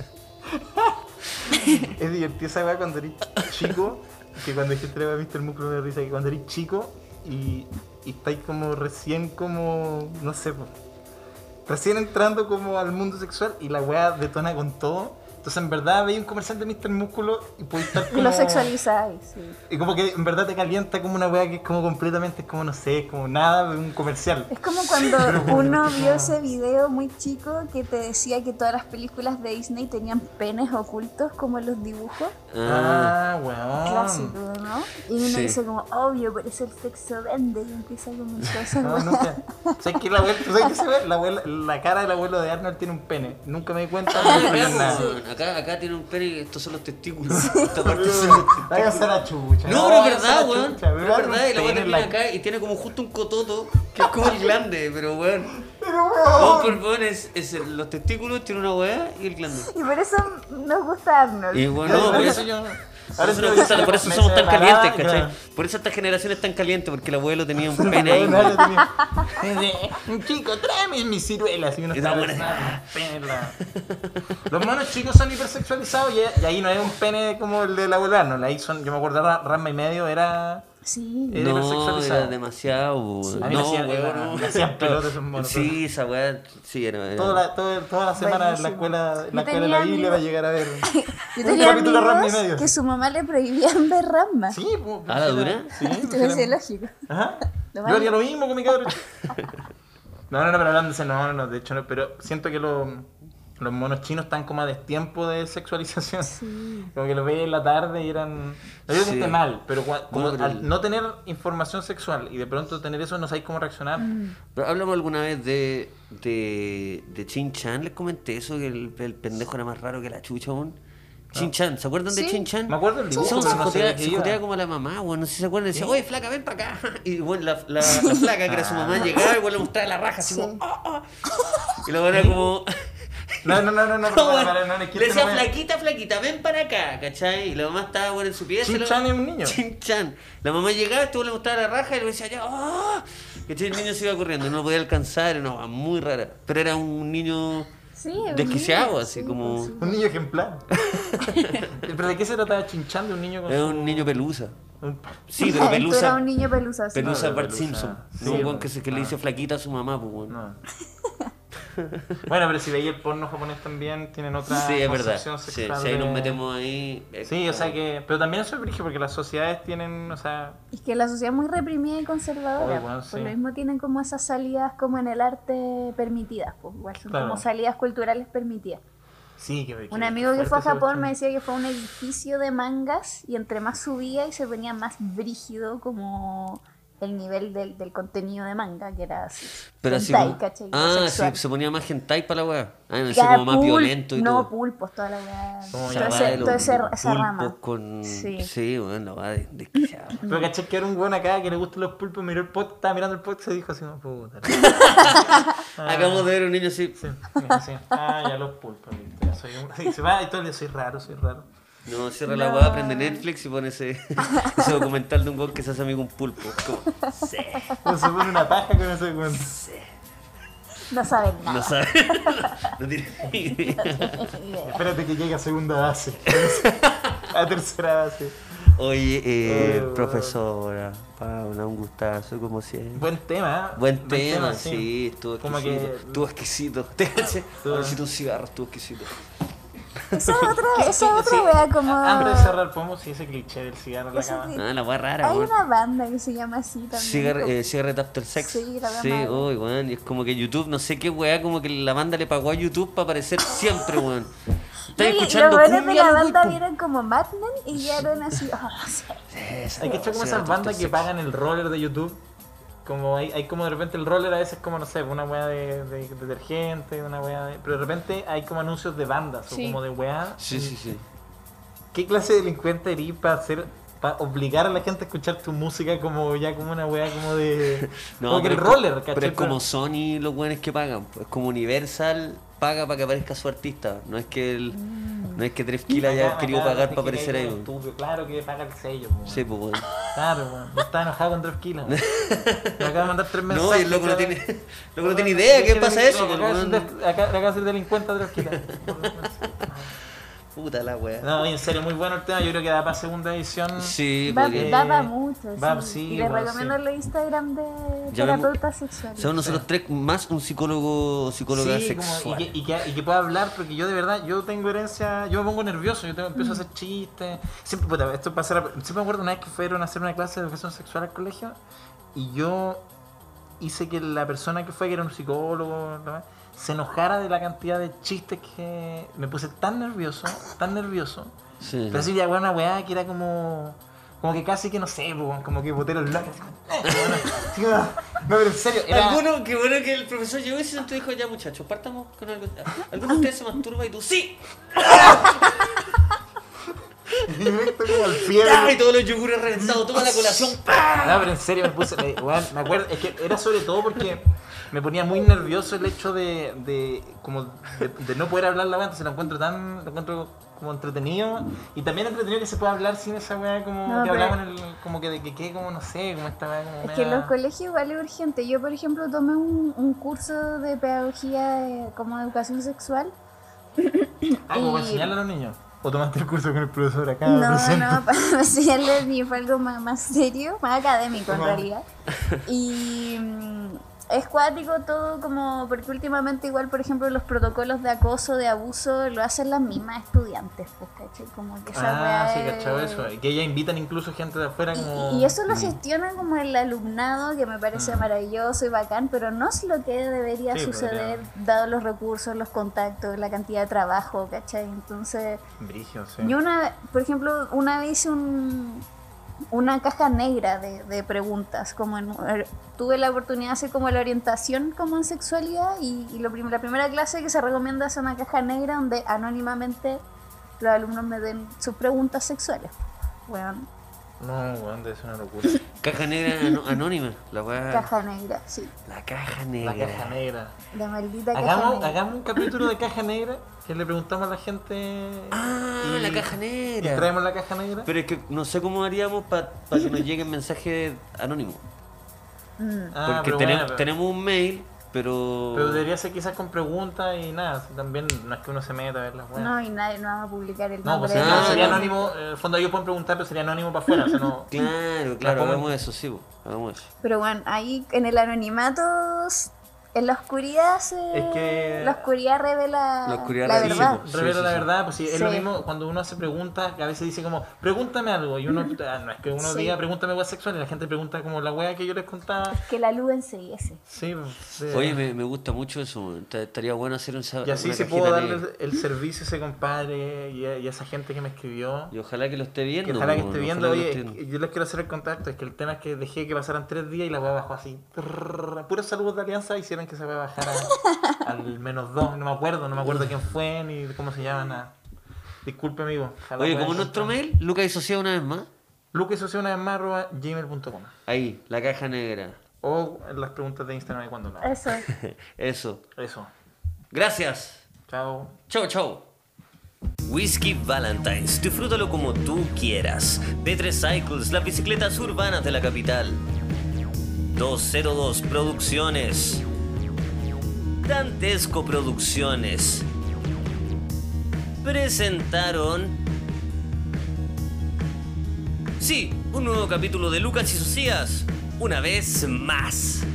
Es divertido esa weá cuando eres chico, que cuando dijiste la weá mister Músculo me da risa, que cuando eres chico y, y estáis como recién como, no sé, pues, recién entrando como al mundo sexual y la weá detona con todo. Entonces en verdad veis un comercial de mister Músculo y podéis estar Y como... lo sexualizáis, sí. Y como que en verdad te calienta como una weá que es como completamente, es como no sé, es como nada de un comercial. Es como cuando uno vio ese video muy chico que te decía que todas las películas de Disney tenían penes ocultos como en los dibujos. Ah, weón. Clásico, ¿no? Y uno Sí. dice como, obvio, por eso el sexo vende y empieza como esa No, weá. nunca. ¿Sabes qué? La, abuela, ¿tú sabes qué se ve? La, abuela- la cara del abuelo de Arnold tiene un pene. Nunca me di cuenta, no me Acá, nada. weón, acá, acá tiene un pene y estos son los testículos. Esta parte son los Váyanse a la chucha. No, pero es váyanse a la verdad, weón. chucha, Pero es weón, verdad, y la un weón pene en termina la- acá y tiene como justo un cototo que es como el glande, pero weón. Pero No, weón. pero weón, es, es el- los testículos, tiene una weá y el glande. Y por eso nos gusta Arnold. Y bueno, no, por por eso eso, yo. por eso, sí nos lo gusta- dice, por eso me somos tan separaba, calientes, ¿cachai? claro. Por eso esta generación es tan caliente, porque el abuelo tenía un pene ahí. Weón, weón. ahora tenía- Un chico, tráeme mis ciruelas. Y uno Y está la buena- besando un pene en la- Los monos chicos son hipersexualizados y, y ahí no es un pene como el del abuelo Arnold. Ahí son, yo me acuerdo, Ra- Rasma y medio era. Sí. Era No, hipersexualizado. era demasiado, weón. A mí me No, hacían- weón, me hacían pelotas esos monos. Sí, esa weá, sí, era. era- Toda la, toda, toda la semana en la Buenísimo. escuela, en Yo la, escuela de tenía la Biblia amigos- va a llegar a ver. Yo un tenía capítulo de Rasma y amigos medio. que su mamá le prohibían ver Rasma. Sí, pues. ¿Ah, la dura? Sí, Te pues, parece era- lógico. Ajá. Lo Yo malo. haría lo mismo con mi cabrón. No, no, no, pero hablando de ese, no, no, de hecho no, pero siento que los, los monos chinos están como a destiempo de sexualización. Sí. Como que lo veía en la tarde y eran... No digo que Sí. esté mal, pero cua- como No, pero- al no tener información sexual y de pronto tener eso no sabéis cómo reaccionar. Pero hablamos alguna vez de, de, de Chin Chan, les comenté eso, que el, el pendejo era más raro que la chucha, weón. Chin Chan, ¿se acuerdan de Sí. Chin Chan? Me acuerdo del dibujo, Eso pero se no jotea, sé de qué se iba. jotea como a la mamá, weón, no sé si se acuerdan, decía, oye, flaca, ven para acá. Y bueno, la, la, la flaca, que era su mamá, llegaba y bueno, le mostraba la raja, así Sí. como, "Ah, ah". Y luego era como... No, no, no, no, no, No, para, weón, para, no, es que le este decía, no es- flaquita, flaquita, ven para acá, ¿cachai? Y la mamá estaba, bueno, en su pieza. Chin y la- Chan es un niño. Chin Chan. La mamá llegaba, estuvo le mostraba la raja y le decía, ya, ¡ah! ¿Cachai? El niño se iba corriendo, no lo podía alcanzar, era una muy rara. Pero era un niño Sí, es un desquiciado, niño, así sí, como... pues, sí. Un niño ejemplar. ¿Pero de qué se trataba Chinchán? De un niño con Es su- un niño pelusa. un- Sí, pero Tú eras pelusa... un niño pelusa. sí. Pelusa No, Bart pelusa. Simpson. Sí, No, un weón bueno. que, se, que le dice flaquita a su mamá, pues, weón. No. Bueno, pero si veis el porno japonés también, tienen otra Sí, es verdad. concepción Sí, sexual si ahí nos de- metemos ahí... es Sí, o sea como- que... Pero también eso es brígido porque las sociedades tienen, o sea... Es que la sociedad es muy reprimida y conservadora. Oye, bueno, Por sí. lo mismo tienen como esas salidas como en el arte permitidas. Pues igual son Claro. como salidas culturales permitidas. Sí, que... Un amigo que fue a Japón me decía... decía que fue a un edificio de mangas y entre más subía y se ponía más brígido como el nivel del, del contenido de manga, que era así. Pero así hentai, como... ¿cachai? Ah, sí, Sexual. se ponía más hentai para la weá. Ah, me Ya, decía como más pul- violento y no, todo. pulpos, toda la weá. Como Todo ya Esa ese- weá de toda los ese- esa pulpos rama. con... Sí. Sí, bueno, la weá de desquiciado. Pero caché que era un weón acá que le gustan los pulpos, miró el podcast, estaba mirando el podcast y dijo así, no, puta. Ah, Acabamos de ver un niño así... Sí, sí, sí. Ah, ya los pulpos, viste. Ya soy un... Sí, se va y todo el día soy raro, soy raro. No, cierra la No. weá, prende Netflix y pone ese, ese documental de un gol que se hace amigo un pulpo. Como, sí, O se pone una paja con ese weón. No saben nada. no sabe. No tiene ni idea. Espérate que llegue a segunda base. A tercera base. Oye, eh, Oh. profesora, Paula, un gustazo, como siempre. Buen tema, ¿eh? Buen tema, sí, estuvo Como exquisito. que- Estuvo exquisito. Te caché. Estuvo- Necesito un cigarro, estuvo exquisito. Esa es otra, esa es Sí, otra wea como... Antes de cerrar, podemos sí, ese cliché del cigarro en la Ese cama. cliché. Ah, la weá rara, Hay weón. una banda que se llama así también. Cigar como- eh, Cigarette After Sex. Sí, la Sí, verdad. uy, weón. Y es como que YouTube, no sé qué weá, como que la banda le pagó a YouTube para aparecer siempre, weón. Estás No, y escuchando los buenos de cumbia, la loco, y banda pum. vieron como Mad Men y quedaron así. Oh, sí. Esa, Hay que echar como Cigarette esas After bandas que Sex. pagan el roller de YouTube. Como hay, hay como de repente el roller a veces como, no sé, una weá de, de, de detergente, una weá de... Pero de repente hay como anuncios de bandas Sí. o como de weá. Sí, sí, sí. ¿Qué clase de delincuente eres para hacer... para obligar a la gente a escuchar tu música como ya como una weá como de... No, como que pero el es co- roller, Pero ¿cachai? es como Sony los buenos que pagan. pues, Es como Universal paga para que aparezca su artista. No es que el, no es que Drefkila haya Acá- querido acá pagar te para gira aparecer ahí. como weón. estúpido. Claro que paga el sello, po, Sí, pues, weón. Claro, weón. Yo estaba enojado con Dref Kila. Me acaba de mandar tres mensajes. No, y el loco no cada- tiene, el loco no tiene idea qué pasa eso. Acaba pues, de ser weón. de- acá- acaba de ser delincuente a Dref Kila. Puta la weá. No, en serio, muy bueno el tema. Yo creo que da para segunda edición. Sí, Va, podría. daba mucho, va, sí. sí, Y les bueno, recomiendo sí. el Instagram de Ya vemos- terapeutas sexuales. Somos nosotros tres más un psicólogo, psicóloga Sí, como- sexual. y, que, y, que, y que pueda hablar, porque yo de verdad, yo tengo herencia, yo me pongo nervioso, yo tengo, empiezo a hacer chistes. Siempre, puta, esto pasa, siempre me acuerdo una vez que fueron a hacer una clase de educación sexual al colegio y yo hice que la persona que fue, que era un psicólogo, ¿no? se enojara de la cantidad de chistes que me puse tan nervioso, tan nervioso. Sí. Pero así ya bueno, una weá que era como. Como que casi que no sé, po, como que boté los labios. así como- No, pero en serio, era. Alguno, qué bueno que el profesor llegó y se sentó y dijo, ya muchachos, partamos con algo. ¿Alguno de ustedes se masturba y tú sí? Directo como al pie. ¡Ah! Y todos los yogures reventados, toma la colación. ¡Pah! No, pero en serio me puse. Me, weón, me acuerdo, es que era sobre todo porque me ponía muy nervioso el hecho de. de como de, de no poder hablar la weá, entonces lo encuentro tan. Lo encuentro como entretenido. Y también entretenido que se pueda hablar sin esa weá como No, que pero- hablamos en el. Como que de que quede como no sé, como esta weá como. Es media- que en los colegios igual es urgente. Yo, por ejemplo, tomé un, un curso de pedagogía de- como educación sexual. Ah, como para y- enseñarle a los niños. O tomaste el curso con el profesor acá. No, presente. no, para enseñarles ni fue algo más, más serio, más académico en Ajá. realidad. Y mm, es cuático todo como, porque últimamente igual, por ejemplo, los protocolos de acoso, de abuso, lo hacen las mismas estudiantes, pues, ¿cachai? Como que esa Ah, weá sí, es- cachado eso. Y que ellas invitan incluso gente de afuera como. Y, y eso lo gestiona como el alumnado, que me parece Mm. maravilloso y bacán, pero no es lo que debería Sí, suceder, dado los recursos, los contactos, la cantidad de trabajo, ¿cachai? Entonces, Brigio, sí. yo una, por ejemplo, una vez hice un, una caja negra de, de preguntas, como en- er, tuve la oportunidad de hacer como la orientación como en sexualidad y, y lo prim- la primera clase que se recomienda es una caja negra donde anónimamente los alumnos me den sus preguntas sexuales. Bueno, No, weón, debe ser una locura. Caja negra ano- anónima. La weá. caja negra, sí, La caja La negra. caja negra. la maldita caja Hagamos, negra. hagamos un capítulo de caja negra que le preguntamos a la gente. Ah, la caja negra. Y traemos la caja negra. Pero es que no sé cómo haríamos para que nos lleguen mensajes anónimos. Mm. Ah, Porque pero tenemos, bueno, pero- tenemos un mail, pero. Pero debería ser quizás con preguntas y nada. si También no es que uno se meta a ver las weas. No, y nadie, no vamos a publicar el No, nombre. pues de sería, Ah, nadie. sería no. anónimo. En el fondo ellos pueden preguntar, pero sería anónimo para afuera. O sea, no. Claro, claro, pongo- hagamos eso, sí, po, hagamos eso. Pero bueno, ahí en el anonimato, en la oscuridad se... Es que- La oscuridad revela La oscuridad la revela, verdad. sí, po. Revela sí, la sí. verdad, pues sí, es Sí. lo mismo cuando uno hace preguntas, que a veces dice como, pregúntame algo, y uno, ah, no es que uno Sí. diga, pregúntame weas sexuales, y la gente pregunta como la wea que yo les contaba. Que la luz enseguiese. Sí, pues, sí. Oye, me, me gusta mucho eso. Esta- Estaría bueno hacer un Y así una si cajita puedo darle negra. el, el servicio a ese compadre y a, y a esa gente que me escribió. Y ojalá que lo esté viendo. Que ojalá que po, esté ojalá viendo, que lo oye, esté es viendo. que yo les quiero hacer el contacto, es que el tema es que dejé que pasaran tres días y la wea bajó así. Trrr, puros saludos de alianza hicieron que se wea bajara al menos dos, no me acuerdo, no me acuerdo quién fue ni cómo se llama, nada. Disculpe amigo. Ojalá Oye, pueda como nuestro encontrar. mail, Lucas y Socia una vez más. Lucas Socia una vez más arroba gmail punto com Ahí, la caja negra. o en las preguntas de Instagram de cuando no. Eso. Eso. Eso. Gracias. Chao. Chau, chau. Whisky Valentine's, disfrútalo como tú quieras. P tres Cycles, las bicicletas urbanas de la capital. doscientos dos Producciones. Dantesco Producciones. Presentaron... Sí, un nuevo capítulo de Lucas y Socias. Una vez más.